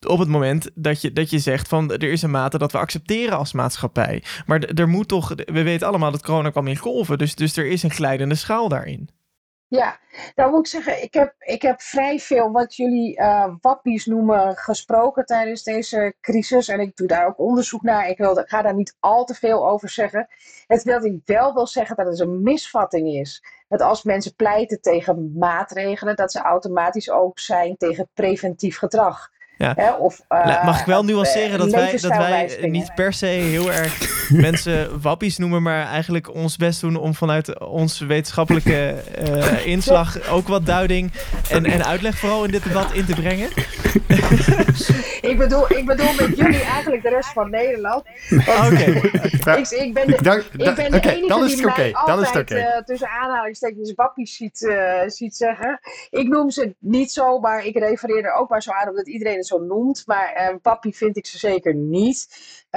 [SPEAKER 1] op het moment dat je zegt van er is een mate dat we accepteren als maatschappij. Maar er moet toch, we weten allemaal dat corona kwam in golven, dus er is een glijdende schaal daarin.
[SPEAKER 4] Ja, dan moet ik zeggen, ik heb vrij veel wat jullie wappies noemen gesproken tijdens deze crisis. En ik doe daar ook onderzoek naar. Ik ga daar niet al te veel over zeggen. Het wil ik wel wil zeggen dat het een misvatting is. Dat als mensen pleiten tegen maatregelen, dat ze automatisch ook zijn tegen preventief gedrag.
[SPEAKER 1] Ja.
[SPEAKER 4] Of,
[SPEAKER 1] mag ik wel nuanceren dat wij
[SPEAKER 4] levensstijlwijzigingen.
[SPEAKER 1] niet per se heel erg mensen wappies noemen, maar eigenlijk ons best doen om vanuit onze wetenschappelijke inslag ook wat duiding en uitleg vooral in dit debat in te brengen?
[SPEAKER 4] Ik bedoel met jullie eigenlijk de rest van Nederland.
[SPEAKER 1] Oké.
[SPEAKER 4] Ik ben de enige die mij altijd tussen aanhalingstekens wappies ziet zeggen. Ik noem ze niet zo, maar ik refereer er ook maar zo aan omdat iedereen het zo noemt. Maar wappie vind ik ze zeker niet.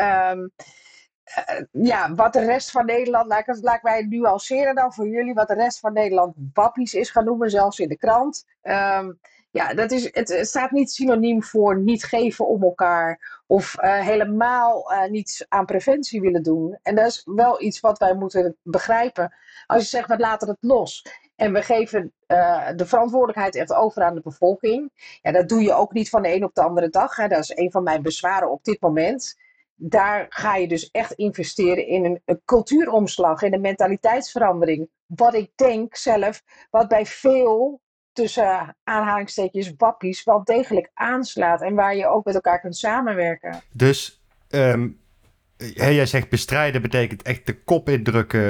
[SPEAKER 4] Wat de rest van Nederland, laat wij nuanceren dan voor jullie, wat de rest van Nederland wappies is gaan noemen, zelfs in de krant. Het staat niet synoniem voor niet geven om elkaar of helemaal niets aan preventie willen doen. En dat is wel iets wat wij moeten begrijpen. Als je zegt, we laten het los en we geven de verantwoordelijkheid echt over aan de bevolking. Ja, dat doe je ook niet van de een op de andere dag. Hè. Dat is een van mijn bezwaren op dit moment. Daar ga je dus echt investeren in een cultuuromslag, in een mentaliteitsverandering. Wat ik denk zelf, wat bij veel tussen aanhalingstekens wappies wel degelijk aanslaat en waar je ook met elkaar kunt samenwerken.
[SPEAKER 2] Dus jij zegt bestrijden betekent echt de kop indrukken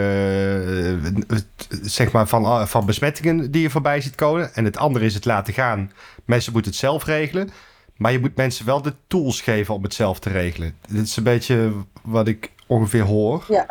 [SPEAKER 2] zeg maar van besmettingen die je voorbij ziet komen. En het andere is het laten gaan. Mensen moeten het zelf regelen. Maar je moet mensen wel de tools geven om het zelf te regelen. Dit is een beetje wat ik ongeveer hoor.
[SPEAKER 4] Ja.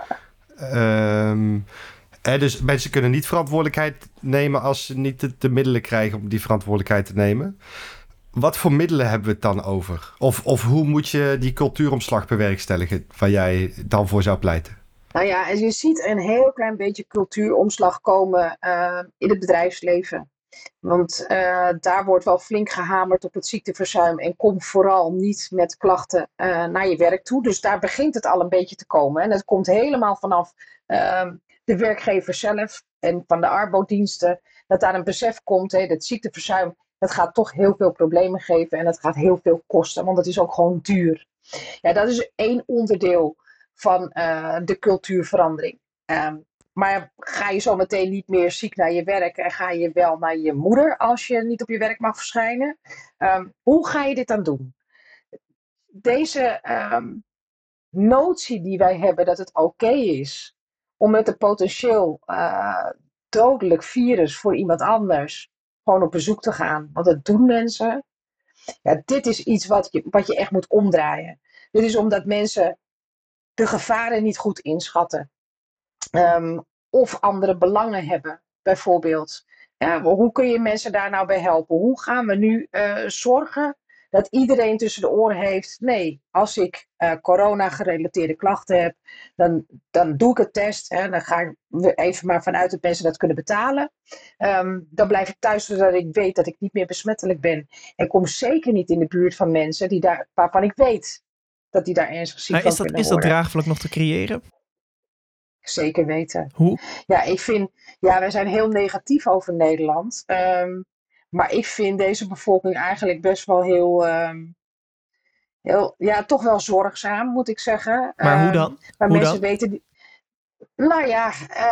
[SPEAKER 2] Dus mensen kunnen niet verantwoordelijkheid nemen als ze niet de middelen krijgen om die verantwoordelijkheid te nemen. Wat voor middelen hebben we het dan over? Of hoe moet je die cultuuromslag bewerkstelligen waar jij dan voor zou pleiten?
[SPEAKER 4] Nou ja, en je ziet een heel klein beetje cultuuromslag komen in het bedrijfsleven. Want daar wordt wel flink gehamerd op het ziekteverzuim en kom vooral niet met klachten naar je werk toe. Dus daar begint het al een beetje te komen. En dat komt helemaal vanaf de werkgever zelf en van de arbodiensten. Dat daar een besef komt, dat ziekteverzuim, dat gaat toch heel veel problemen geven en dat gaat heel veel kosten, want het is ook gewoon duur. Ja, dat is één onderdeel van de cultuurverandering. Maar ga je zo meteen niet meer ziek naar je werk en ga je wel naar je moeder als je niet op je werk mag verschijnen? Hoe ga je dit dan doen? Deze notie die wij hebben dat het oké is om met een potentieel dodelijk virus voor iemand anders gewoon op bezoek te gaan, want dat doen mensen. Ja, dit is iets wat je echt moet omdraaien. Dit is omdat mensen de gevaren niet goed inschatten. Of andere belangen hebben, bijvoorbeeld. Ja, hoe kun je mensen daar nou bij helpen? Hoe gaan we nu zorgen dat iedereen tussen de oren heeft? Nee, als ik corona-gerelateerde klachten heb, dan doe ik een test. Dan ga ik even maar vanuit dat mensen dat kunnen betalen. Dan blijf ik thuis zodat ik weet dat ik niet meer besmettelijk ben. En kom zeker niet in de buurt van mensen waarvan ik weet dat die daar ernstig ziek van kunnen worden.
[SPEAKER 1] Is dat draagvlak nog te creëren?
[SPEAKER 4] Zeker weten.
[SPEAKER 1] Hoe?
[SPEAKER 4] Ja, wij zijn heel negatief over Nederland. Maar ik vind deze bevolking eigenlijk best wel toch wel zorgzaam, moet ik zeggen.
[SPEAKER 1] Maar hoe dan?
[SPEAKER 4] Maar mensen weten. Nou ja,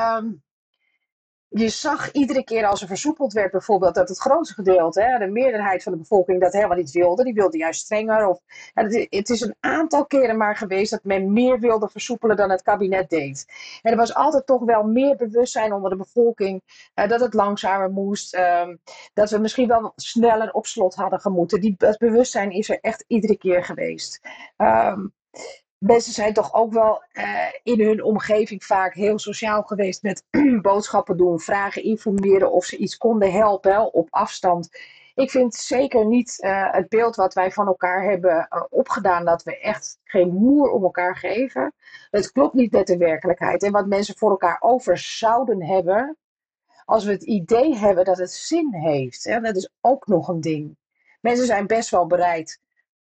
[SPEAKER 4] je zag iedere keer als er versoepeld werd bijvoorbeeld dat het grootste gedeelte, de meerderheid van de bevolking dat helemaal niet wilde. Die wilde juist strenger. Het is een aantal keren maar geweest dat men meer wilde versoepelen dan het kabinet deed. En er was altijd toch wel meer bewustzijn onder de bevolking dat het langzamer moest. Dat we misschien wel sneller op slot hadden gemoeten. Dat bewustzijn is er echt iedere keer geweest. Mensen zijn toch ook wel in hun omgeving vaak heel sociaal geweest met boodschappen doen, vragen, informeren of ze iets konden helpen op afstand. Ik vind zeker niet het beeld wat wij van elkaar hebben opgedaan dat we echt geen moer om elkaar geven. Het klopt niet met de werkelijkheid. En wat mensen voor elkaar over zouden hebben, als we het idee hebben dat het zin heeft. Dat is ook nog een ding. Mensen zijn best wel bereid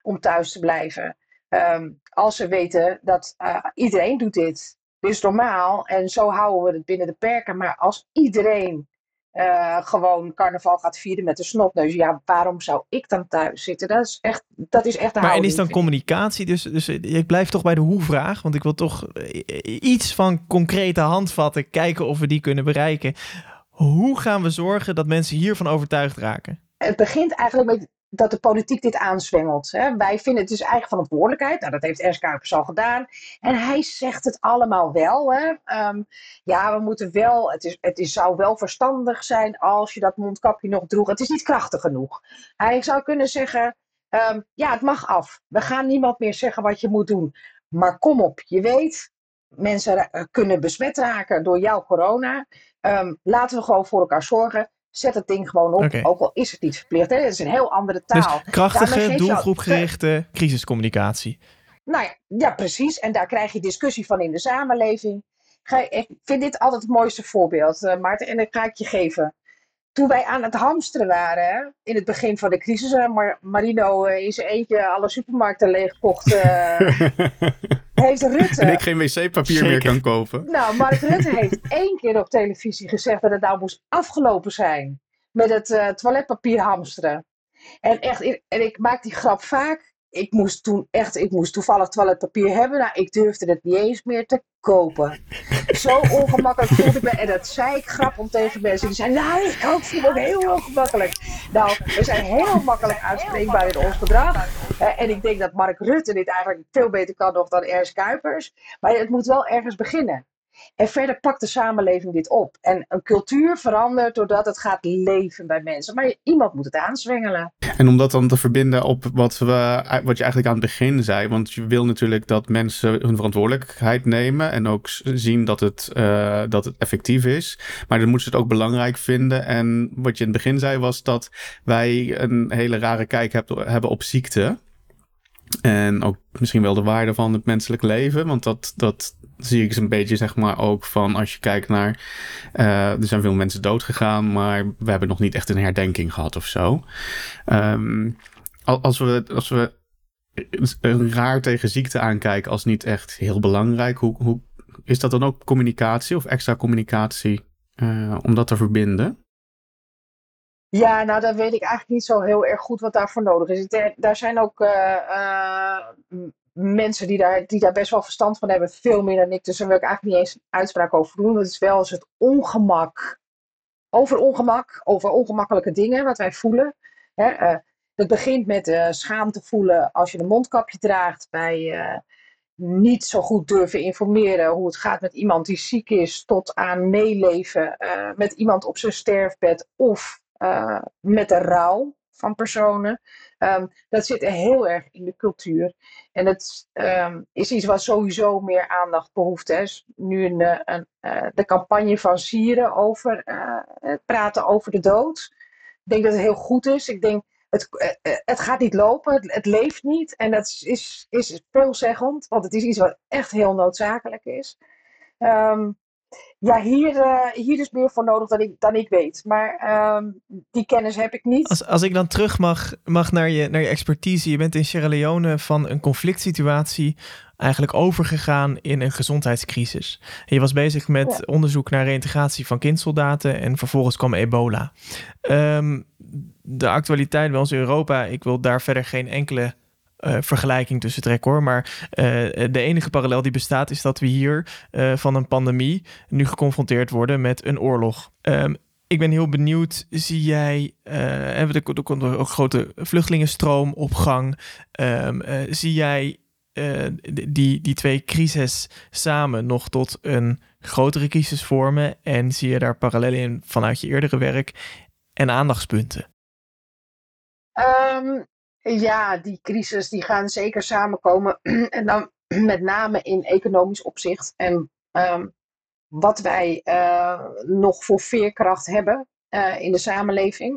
[SPEAKER 4] om thuis te blijven. Als ze weten dat iedereen doet dit. Dit is normaal en zo houden we het binnen de perken. Maar als iedereen gewoon carnaval gaat vieren met de snotneus. Ja, waarom zou ik dan thuis zitten? Dat is echt de
[SPEAKER 1] Maar en
[SPEAKER 4] houding.
[SPEAKER 1] is dan
[SPEAKER 4] vind ik.
[SPEAKER 1] communicatie, dus ik blijf toch bij de hoe-vraag, want ik wil toch iets van concrete handvatten, kijken of we die kunnen bereiken. Hoe gaan we zorgen dat mensen hiervan overtuigd raken?
[SPEAKER 4] Het begint eigenlijk met dat de politiek dit aanzwengelt. Hè. Wij vinden het dus eigen verantwoordelijkheid. Nou, dat heeft Ernst Kuipers al gedaan. En hij zegt het allemaal wel. Hè. Ja, we moeten wel. Zou wel verstandig zijn als je dat mondkapje nog droeg. Het is niet krachtig genoeg. Hij zou kunnen zeggen: ja, het mag af. We gaan niemand meer zeggen wat je moet doen. Maar kom op, je weet, mensen kunnen besmet raken door jouw corona. Laten we gewoon voor elkaar zorgen. Zet het ding gewoon op,
[SPEAKER 1] Oké.
[SPEAKER 4] ook al is het niet verplicht. Hè? Het is een heel andere taal.
[SPEAKER 1] Dus
[SPEAKER 4] Daarmee
[SPEAKER 1] krachtige,
[SPEAKER 4] geef je al-
[SPEAKER 1] doelgroepgerichte crisiscommunicatie.
[SPEAKER 4] Nou ja, precies. En daar krijg je discussie van in de samenleving. Ik vind dit altijd het mooiste voorbeeld, Maarten. En dat ga ik je geven. Toen wij aan het hamsteren waren, hè, in het begin van de crisis. Marino in zijn eentje alle supermarkten leegkocht. Heeft Rutte...
[SPEAKER 3] En ik geen wc-papier meer kan kopen.
[SPEAKER 4] Nou, Mark Rutte heeft 1 keer op televisie gezegd dat het nou moest afgelopen zijn met het toiletpapier hamsteren. En ik maak die grap vaak. Ik moest toevallig toiletpapier hebben. Nou, ik durfde het niet eens meer te kopen. Zo ongemakkelijk voelde ik me. En dat zei ik grappend tegen mensen. Die zeiden, nou, ik ook voel me heel ongemakkelijk. Nou, we zijn heel makkelijk uitspreekbaar in ons gedrag. En ik denk dat Mark Rutte dit eigenlijk veel beter kan nog dan Ernst Kuipers. Maar het moet wel ergens beginnen. En verder pakt de samenleving dit op. En een cultuur verandert doordat het gaat leven bij mensen. Maar iemand moet het aanzwengelen.
[SPEAKER 3] En om dat dan te verbinden op wat je eigenlijk aan het begin zei. Want je wil natuurlijk dat mensen hun verantwoordelijkheid nemen. En ook zien dat het effectief is. Maar dan moeten ze het ook belangrijk vinden. En wat je in het begin zei was dat wij een hele rare kijk hebben op ziekte. En ook misschien wel de waarde van het menselijk leven. Want dat zie ik een beetje, zeg maar, ook van als je kijkt naar... er zijn veel mensen dood gegaan, maar we hebben nog niet echt een herdenking gehad of zo. Als we raar tegen ziekte aankijken als niet echt heel belangrijk, hoe is dat dan ook communicatie of extra communicatie om dat te verbinden?
[SPEAKER 4] Ja, nou, dan weet ik eigenlijk niet zo heel erg goed wat daarvoor nodig is. Daar zijn ook mensen die daar best wel verstand van hebben, veel meer dan ik. Dus daar wil ik eigenlijk niet eens een uitspraak over doen. Het is wel eens het ongemak, over ongemakkelijke dingen wat wij voelen. Hè, het begint met schaamte voelen als je een mondkapje draagt, bij niet zo goed durven informeren hoe het gaat met iemand die ziek is, tot aan meeleven met iemand op zijn sterfbed of met de rouw van personen. Dat zit heel erg in de cultuur. En het is iets wat sowieso meer aandacht behoeft. Hè. Dus nu de campagne van Sieren over het praten over de dood. Ik denk dat het heel goed is. Ik denk, het gaat niet lopen, het leeft niet. En dat is veelzeggend, want het is iets wat echt heel noodzakelijk is. Ja, hier is meer voor nodig dan ik weet. Maar die kennis heb ik niet.
[SPEAKER 1] Als ik dan terug mag naar je expertise. Je bent in Sierra Leone van een conflict situatie eigenlijk overgegaan in een gezondheidscrisis. En je was bezig met onderzoek naar reïntegratie van kindsoldaten en vervolgens kwam ebola. De actualiteit bij ons in Europa, ik wil daar verder geen enkele vergelijking tussen trekken hoor. Maar de enige parallel die bestaat is dat we hier van een pandemie nu geconfronteerd worden met een oorlog. Ik ben heel benieuwd, zie jij, er komt een grote vluchtelingenstroom op gang. Zie jij die twee crises samen nog tot een grotere crisis vormen? En zie je daar parallellen in vanuit je eerdere werk en aandachtspunten?
[SPEAKER 4] Ja, die crisis die gaan zeker samenkomen. En dan met name in economisch opzicht. En wat wij nog voor veerkracht hebben in de samenleving.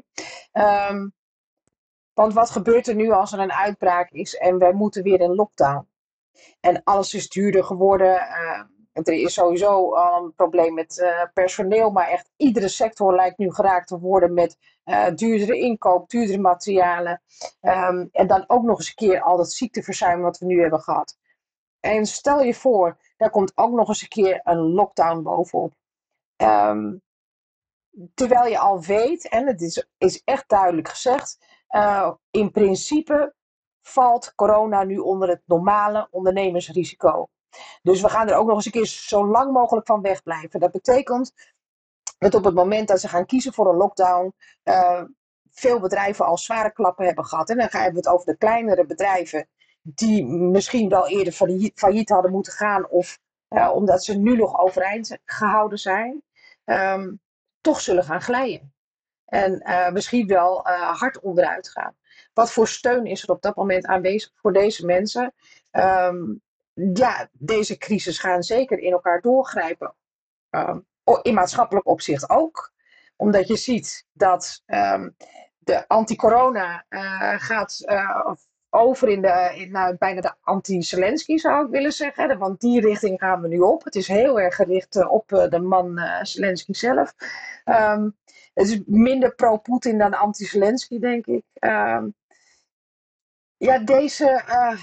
[SPEAKER 4] Want wat gebeurt er nu als er een uitbraak is en wij moeten weer in lockdown? En alles is duurder geworden. er is sowieso al een probleem met personeel, maar echt iedere sector lijkt nu geraakt te worden met duurdere inkoop, duurdere materialen. En dan ook nog eens een keer al dat ziekteverzuim wat we nu hebben gehad. En stel je voor, daar komt ook nog eens een keer een lockdown bovenop. Terwijl je al weet, en het is echt duidelijk gezegd, in principe valt corona nu onder het normale ondernemersrisico. Dus we gaan er ook nog eens een keer zo lang mogelijk van wegblijven. Dat betekent dat op het moment dat ze gaan kiezen voor een lockdown, veel bedrijven al zware klappen hebben gehad. En dan hebben we het over de kleinere bedrijven die misschien wel eerder failliet hadden moeten gaan, of omdat ze nu nog overeind gehouden zijn, toch zullen gaan glijden. En misschien wel hard onderuit gaan. Wat voor steun is er op dat moment aanwezig voor deze mensen? Deze crisis gaan zeker in elkaar doorgrijpen. In maatschappelijk opzicht ook. Omdat je ziet dat de anti-corona gaat over in bijna de anti-Zelensky, zou ik willen zeggen. Want die richting gaan we nu op. Het is heel erg gericht op de man Zelensky zelf. Het is minder pro-Poetin dan anti-Zelensky, denk ik. Deze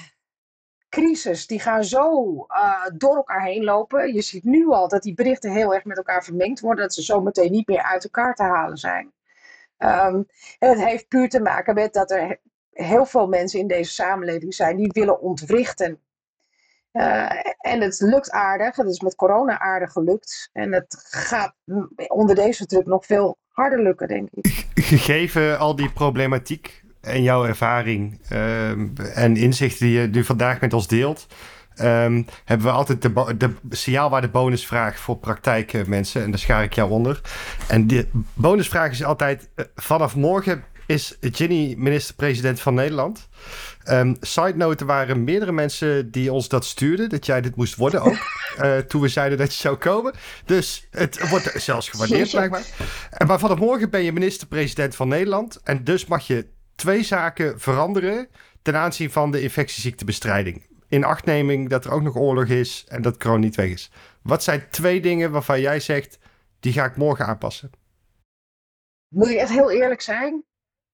[SPEAKER 4] crisis, die gaan zo door elkaar heen lopen. Je ziet nu al dat die berichten heel erg met elkaar vermengd worden. Dat ze zo meteen niet meer uit elkaar te halen zijn. En het heeft puur te maken met dat er heel veel mensen in deze samenleving zijn die willen ontwrichten. En het lukt aardig. Het is met corona aardig gelukt. En het gaat onder deze druk nog veel harder lukken, denk ik.
[SPEAKER 2] Gegeven al die problematiek en jouw ervaring en inzichten die je nu vandaag met ons deelt, hebben we altijd de signaalwaarde bonusvraag voor praktijkmensen. En daar schaar ik jou onder. En die bonusvraag is altijd: vanaf morgen is Ginny minister-president van Nederland. Side note, er waren meerdere mensen die ons dat stuurden, dat jij dit moest worden ook. Toen we zeiden dat je zou komen. Dus het wordt zelfs gewaardeerd blijkbaar. Maar vanaf morgen ben je minister-president van Nederland. En dus mag je 2 zaken veranderen ten aanzien van de infectieziektebestrijding. In achtneming dat er ook nog oorlog is en dat corona niet weg is. Wat zijn 2 dingen waarvan jij zegt, die ga ik morgen aanpassen?
[SPEAKER 4] Moet ik echt heel eerlijk zijn?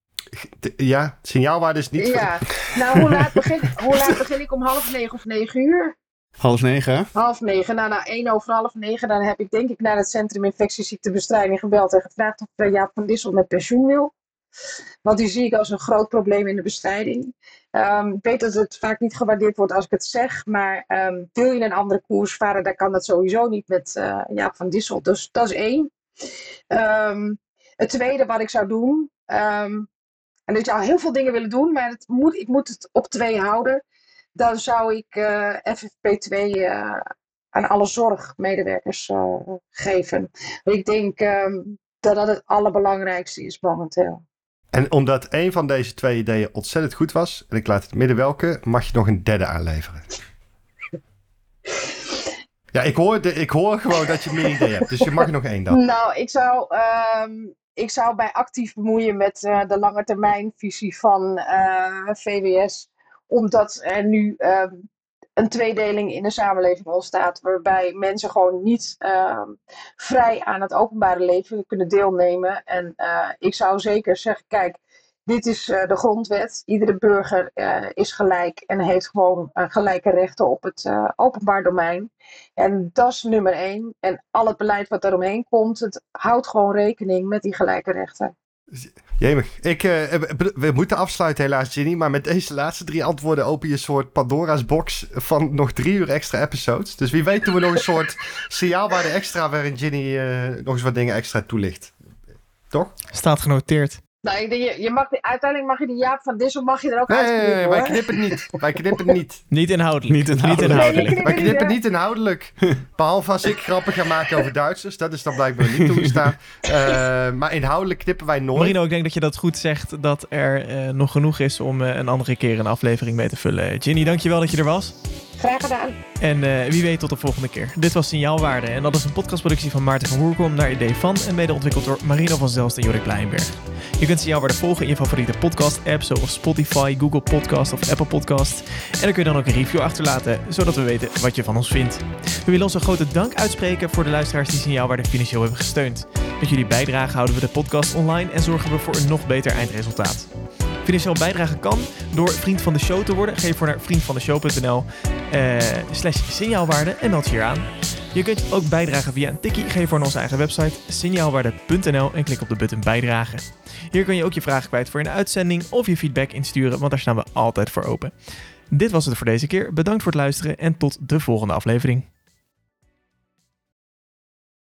[SPEAKER 2] Ja, signaalwaarde is niet...
[SPEAKER 4] Ja, nou hoe laat begin ik om 8:30 of 9:00?
[SPEAKER 3] 8:30?
[SPEAKER 4] 8:30. Nou, na 8:45, dan heb ik denk ik naar het Centrum Infectieziektebestrijding gebeld en gevraagd of Jaap van Dissel met pensioen wil. Want die zie ik als een groot probleem in de bestrijding. Ik weet dat het vaak niet gewaardeerd wordt als ik het zeg, maar wil je een andere koers varen, dan kan dat sowieso niet met Jaap van Dissel. Dus dat is 1. Het tweede wat ik zou doen, en ik zou heel veel dingen willen doen, maar ik moet het op 2 houden. Dan zou ik FFP2 aan alle zorgmedewerkers geven. Ik denk dat dat het allerbelangrijkste is momenteel.
[SPEAKER 2] En omdat een van deze 2 ideeën ontzettend goed was, en ik laat het midden welke, mag je nog een derde aanleveren. Ja, ik hoor gewoon dat je meer ideeën hebt, dus je mag er nog 1 dan.
[SPEAKER 4] Nou, ik zou mij actief bemoeien met de langetermijnvisie van VWS. Omdat er nu een tweedeling in de samenleving ontstaat. Waarbij mensen gewoon niet vrij aan het openbare leven kunnen deelnemen. En ik zou zeker zeggen, kijk, dit is de grondwet. Iedere burger is gelijk en heeft gewoon gelijke rechten op het openbaar domein. En dat is nummer 1. En al het beleid wat daaromheen komt, het houdt gewoon rekening met die gelijke rechten.
[SPEAKER 2] Jemig. We moeten afsluiten helaas, Ginny. Maar met deze laatste 3 antwoorden open je een soort Pandora's box van nog 3 uur extra episodes. Dus wie weet doen we nog een soort signaalwaarde extra waarin Ginny nog eens wat dingen extra toelicht. Toch?
[SPEAKER 1] Staat genoteerd.
[SPEAKER 4] Nou, ik denk, uiteindelijk mag je die Jaap van Dissel er ook
[SPEAKER 2] Nee,
[SPEAKER 4] uit.
[SPEAKER 2] wij knippen het niet. Wij knippen het niet.
[SPEAKER 1] Niet inhoudelijk.
[SPEAKER 4] Nee,
[SPEAKER 2] Wij knippen niet inhoudelijk. Behalve als ik grappen ga maken over Duitsers. Dat is dan blijkbaar niet toegestaan. Maar inhoudelijk knippen wij nooit.
[SPEAKER 1] Marino, ik denk dat je dat goed zegt. Dat er nog genoeg is om een andere keer een aflevering mee te vullen. Ginny, dankjewel dat je er was.
[SPEAKER 4] Graag gedaan.
[SPEAKER 1] En wie weet tot de volgende keer. Dit was Signaalwaarde en dat is een podcastproductie van Maarten van Woerkom naar idee van en mede ontwikkeld door Marino van Zelst en Jorik Blijnberg. Je kunt Signaalwaarde volgen in je favoriete podcast-app zoals Spotify, Google Podcast of Apple Podcast. En daar kun je dan ook een review achterlaten, zodat we weten wat je van ons vindt. We willen ons een grote dank uitspreken voor de luisteraars die Signaalwaarde financieel hebben gesteund. Met jullie bijdrage houden we de podcast online en zorgen we voor een nog beter eindresultaat. Financieel bijdragen kan door vriend van de show te worden. Geef voor naar vriendvandeshow.nl/signaalwaarde en meld je hier aan. Je kunt ook bijdragen via een tikkie. Geef voor naar onze eigen website signaalwaarde.nl en klik op de button bijdragen. Hier kun je ook je vragen kwijt voor een uitzending of je feedback insturen, want daar staan we altijd voor open. Dit was het voor deze keer. Bedankt voor het luisteren en tot de volgende aflevering.